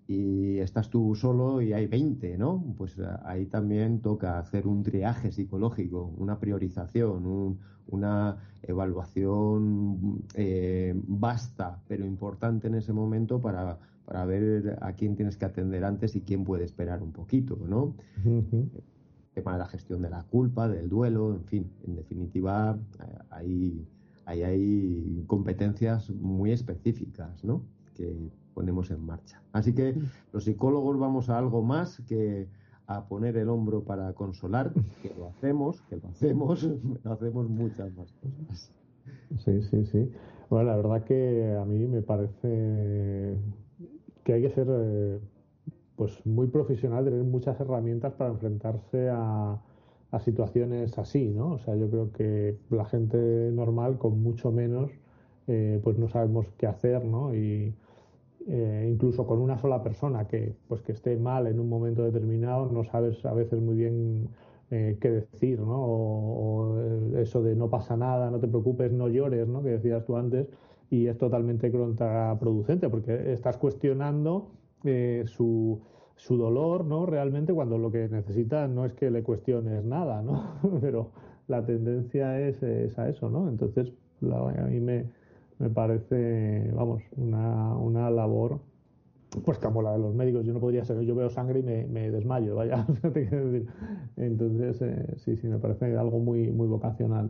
y estás tú solo y hay veinte, ¿no? Pues ahí también toca hacer un triaje psicológico, una priorización, un, una evaluación eh, vasta, pero importante en ese momento para, para ver a quién tienes que atender antes y quién puede esperar un poquito, ¿no? Uh-huh. El tema de la gestión de la culpa, del duelo, en fin, en definitiva, hay, hay, hay competencias muy específicas, ¿no? Que ponemos en marcha. Así que los psicólogos vamos a algo más que a poner el hombro para consolar, que lo hacemos, que lo hacemos, lo hacemos muchas más cosas. Sí, sí, sí. Bueno, la verdad que a mí me parece que hay que ser eh, pues muy profesional, tener muchas herramientas para enfrentarse a, a situaciones así, ¿no? O sea, yo creo que la gente normal con mucho menos eh, pues no sabemos qué hacer, ¿no? Y eh, incluso con una sola persona que pues que esté mal en un momento determinado no sabes a veces muy bien eh, qué decir, ¿no? O, o eso de no pasa nada, no te preocupes, no llores, ¿no? Que decías tú antes, y es totalmente contraproducente porque estás cuestionando eh, su, su dolor, ¿no? Realmente cuando lo que necesita no es que le cuestiones nada, ¿no? Pero la tendencia es, es a eso, ¿no? Entonces, la, a mí me, me parece, vamos, una, una labor pues como la de los médicos. Yo no podría ser, yo veo sangre y me, me desmayo, vaya, te quiero decir. Entonces, eh, sí, sí, me parece algo muy, muy vocacional.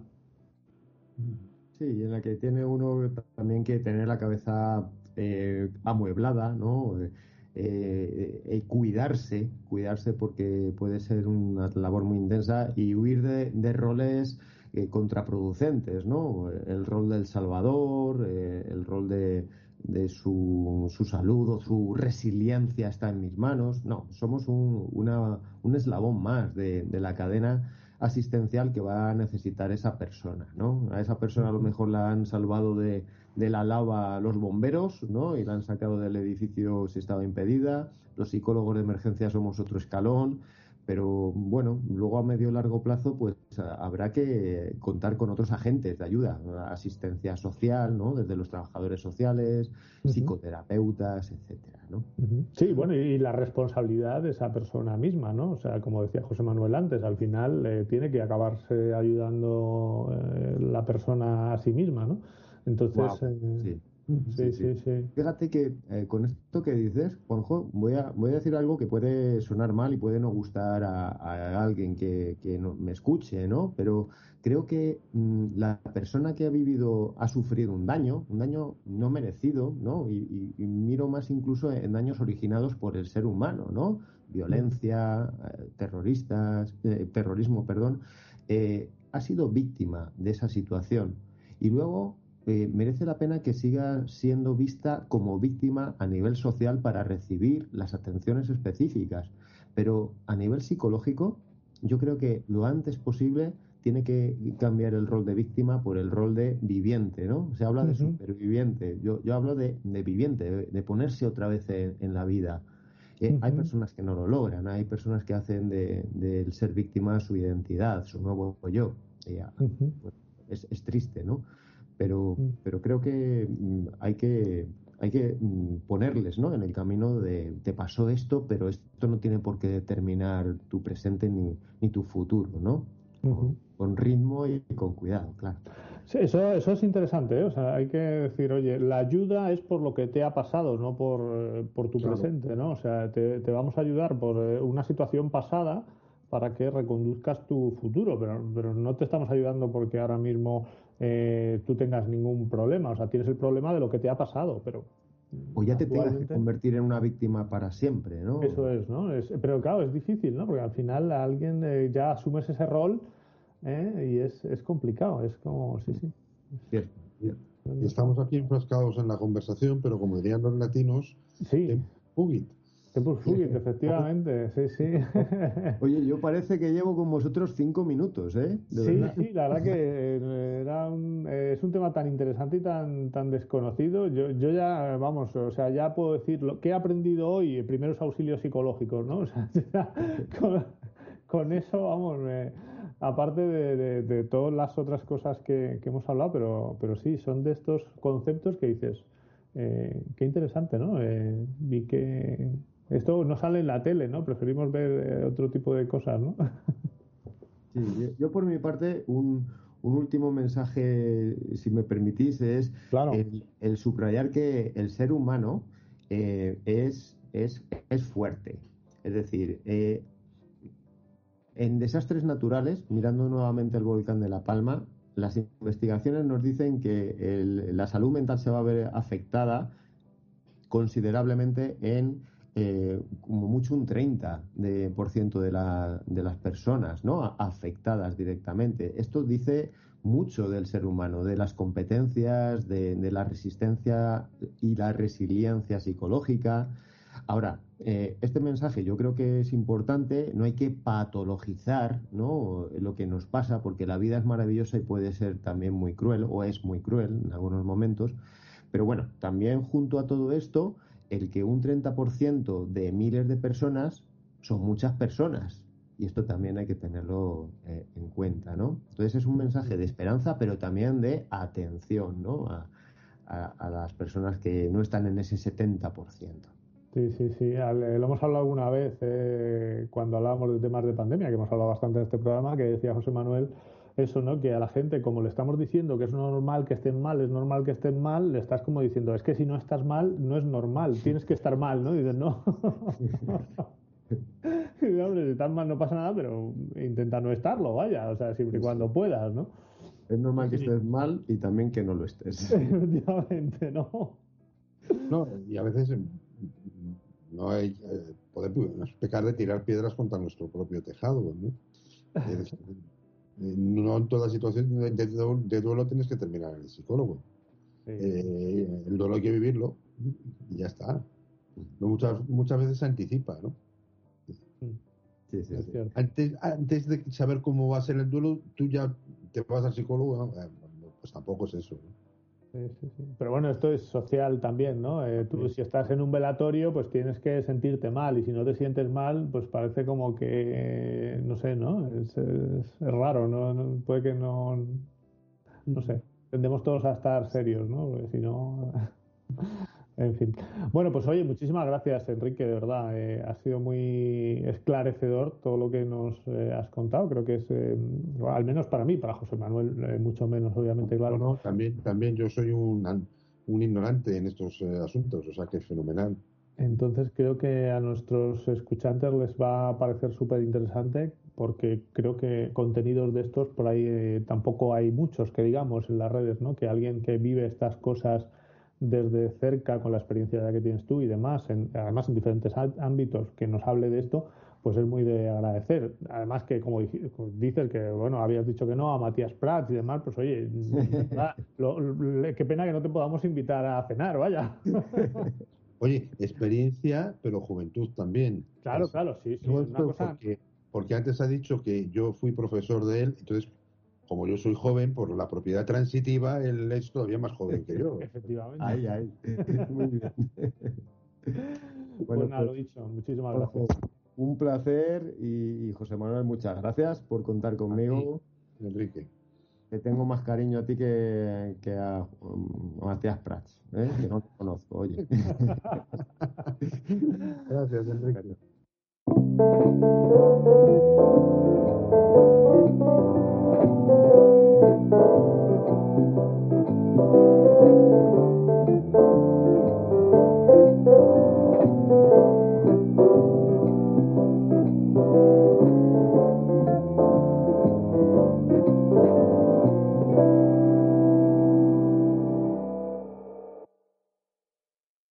Sí, y en la que tiene uno también que tener la cabeza eh, amueblada, ¿no? Eh, eh, cuidarse, cuidarse porque puede ser una labor muy intensa y huir de, de roles eh, contraproducentes, ¿no? El rol del salvador, eh, el rol de, de su, su salud o su resiliencia está en mis manos. No, somos un, una, un eslabón más de, de la cadena asistencial que va a necesitar esa persona, ¿no? A esa persona a lo mejor la han salvado de, de la lava los bomberos, ¿no? Y la han sacado del edificio si estaba impedida. Los psicólogos de emergencia somos otro escalón, pero bueno, luego a medio y largo plazo pues habrá que contar con otros agentes de ayuda, asistencia social, ¿no? Desde los trabajadores sociales, uh-huh. psicoterapeutas, etcétera, ¿no? Uh-huh. Sí, bueno, y la responsabilidad de esa persona misma, ¿no? O sea, como decía José Manuel antes, al final eh, tiene que acabarse ayudando eh, la persona a sí misma, ¿no? Entonces, wow. eh, sí. Sí, sí, sí, sí. Fíjate que eh, con esto que dices, Juanjo, voy a, voy a decir algo que puede sonar mal y puede no gustar a, a alguien que, que no, me escuche, ¿no? Pero creo que mmm, la persona que ha vivido, ha sufrido un daño, un daño no merecido, ¿no? Y, y, y miro más incluso en daños originados por el ser humano, ¿no? Violencia, eh, terroristas, eh, terrorismo, perdón, eh, ha sido víctima de esa situación. Y luego Eh, merece la pena que siga siendo vista como víctima a nivel social para recibir las atenciones específicas. Pero a nivel psicológico, yo creo que lo antes posible tiene que cambiar el rol de víctima por el rol de viviente, ¿no? Se habla de uh-huh. superviviente, yo, yo hablo de, de viviente, de, de ponerse otra vez en, en la vida. Eh, uh-huh. Hay personas que no lo logran, hay personas que hacen del de, de ser víctima su identidad, su nuevo yo. Y, uh-huh. pues, es, es triste, ¿no? Pero, pero creo que hay que hay que ponerles, ¿no? En el camino de te pasó esto, pero esto no tiene por qué determinar tu presente ni, ni tu futuro, ¿no? Uh-huh. Con, con ritmo y con cuidado, claro. Sí, eso, eso es interesante, ¿eh? O sea, hay que decir, oye, la ayuda es por lo que te ha pasado, no por, por tu claro. presente, ¿no? O sea, te, te vamos a ayudar por una situación pasada para que reconduzcas tu futuro, pero, pero no te estamos ayudando porque ahora mismo eh, tú tengas ningún problema, o sea, tienes el problema de lo que te ha pasado, pero... O ya te tengas que convertir en una víctima para siempre, ¿no? Eso es, ¿no? Es, pero claro, es difícil, ¿no? Porque al final alguien eh, ya asumes ese rol ¿eh? y es, es complicado, es como, sí, sí. Cierto, cierto. Y estamos aquí enfrascados en la conversación, pero como dirían los latinos, sí. Fugit. Tempus Fugit, efectivamente, sí, sí. Oye, yo parece que llevo con vosotros cinco minutos, ¿eh? De sí, verdad. sí, la verdad que era un, es un tema tan interesante y tan, tan desconocido. Yo, yo ya, vamos, o sea, ya puedo decir lo que he aprendido hoy, primeros auxilios psicológicos, ¿no? O sea, ya, con, con eso, vamos, me, aparte de, de, de todas las otras cosas que, que hemos hablado, pero, pero sí, son de estos conceptos que dices, eh, qué interesante, ¿no? Eh, vi que Esto no sale en la tele, ¿no? Preferimos ver eh, otro tipo de cosas, ¿no? Sí, yo, yo por mi parte, un, un último mensaje, si me permitís, es Claro. el, el subrayar que el ser humano eh, es, es, es fuerte. Es decir, eh, en desastres naturales, mirando nuevamente el volcán de La Palma, las investigaciones nos dicen que el- la salud mental se va a ver afectada considerablemente en eh, como mucho un treinta de, por ciento de, la, de las personas, ¿no? A- afectadas directamente. Esto dice mucho del ser humano, de las competencias, de, de la resistencia y la resiliencia psicológica. Ahora, eh, este mensaje yo creo que es importante, no hay que patologizar, ¿no?, lo que nos pasa, porque la vida es maravillosa y puede ser también muy cruel, o es muy cruel en algunos momentos, pero bueno, también junto a todo esto, el que un treinta por ciento de miles de personas son muchas personas. Y esto también hay que tenerlo eh, en cuenta, ¿no? Entonces es un mensaje de esperanza, pero también de atención, ¿no? A, a, a las personas que no están en ese setenta por ciento. Sí, sí, sí. Al- eh, lo hemos hablado alguna vez eh, cuando hablábamos de temas de pandemia, que hemos hablado bastante en este programa, que decía José Manuel eso, ¿no? Que a la gente, como le estamos diciendo que es normal que estén mal, es normal que estén mal, le estás como diciendo, es que si no estás mal, no es normal, tienes que estar mal, ¿no? Y dices, no. Y dices, hombre, si estás mal no pasa nada, pero intenta no estarlo, vaya, o sea, siempre y Sí, sí. cuando puedas, ¿no? Es normal que Sí, estés mal y también que no lo estés. efectivamente, ¿no? No, y a veces mm, no hay, eh, podemos pecar de tirar piedras contra nuestro propio tejado, ¿no? Es decir, eh, no en toda situación de, de duelo de duelo tienes que terminar en el psicólogo. Sí, Eh, el duelo hay que vivirlo y ya está. No, muchas, muchas veces se anticipa, ¿no? Sí, sí, es sí. cierto. Antes, antes de saber cómo va a ser el duelo, tú ya te vas al psicólogo, ¿no? Eh, pues tampoco es eso, ¿no? Sí, sí, sí. Pero bueno, esto es social también, ¿no? Eh, tú si estás en un velatorio, pues tienes que sentirte mal y si no te sientes mal, pues parece como que, no sé, ¿no? Es, es- es raro, ¿no? No- Puede que no, no sé. Tendemos todos a estar serios, ¿no? Porque si no, en fin. Bueno, pues oye, muchísimas gracias, Enrique, de verdad. Eh, ha sido muy esclarecedor todo lo que nos eh, has contado. Creo que es, eh, al menos para mí, para José Manuel, eh, mucho menos, obviamente, No, claro. no, también, también yo soy un, un ignorante en estos eh, asuntos, o sea que es fenomenal. Entonces creo que a nuestros escuchantes les va a parecer súper interesante porque creo que contenidos de estos por ahí eh, tampoco hay muchos que digamos en las redes, ¿no? Que alguien que vive estas cosas desde cerca con la experiencia que tienes tú y demás, en- además en diferentes á- ámbitos, que nos hable de esto, pues es muy de agradecer. Además que como dij- como dices que, bueno, habías dicho que no a Matías Prats y demás, pues oye, de verdad, lo- lo- qué pena que no te podamos invitar a cenar, vaya. Oye, experiencia, pero juventud también. Claro, Es, claro, sí, sí, digo una esto cosa. porque, porque antes ha dicho que yo fui profesor de él, entonces, como yo soy joven, por la propiedad transitiva, él es todavía más joven que yo. Efectivamente. Ahí, ahí. Muy bien. Pues Bueno, nada, pues, lo dicho, muchísimas gracias. Juanjo, un placer y, y José Manuel, muchas gracias por contar A ti, conmigo. Enrique. Te tengo más cariño a ti que, que a, um, a Matías Prats, ¿eh? Que no te conozco, oye. Gracias, Enrique. Bueno.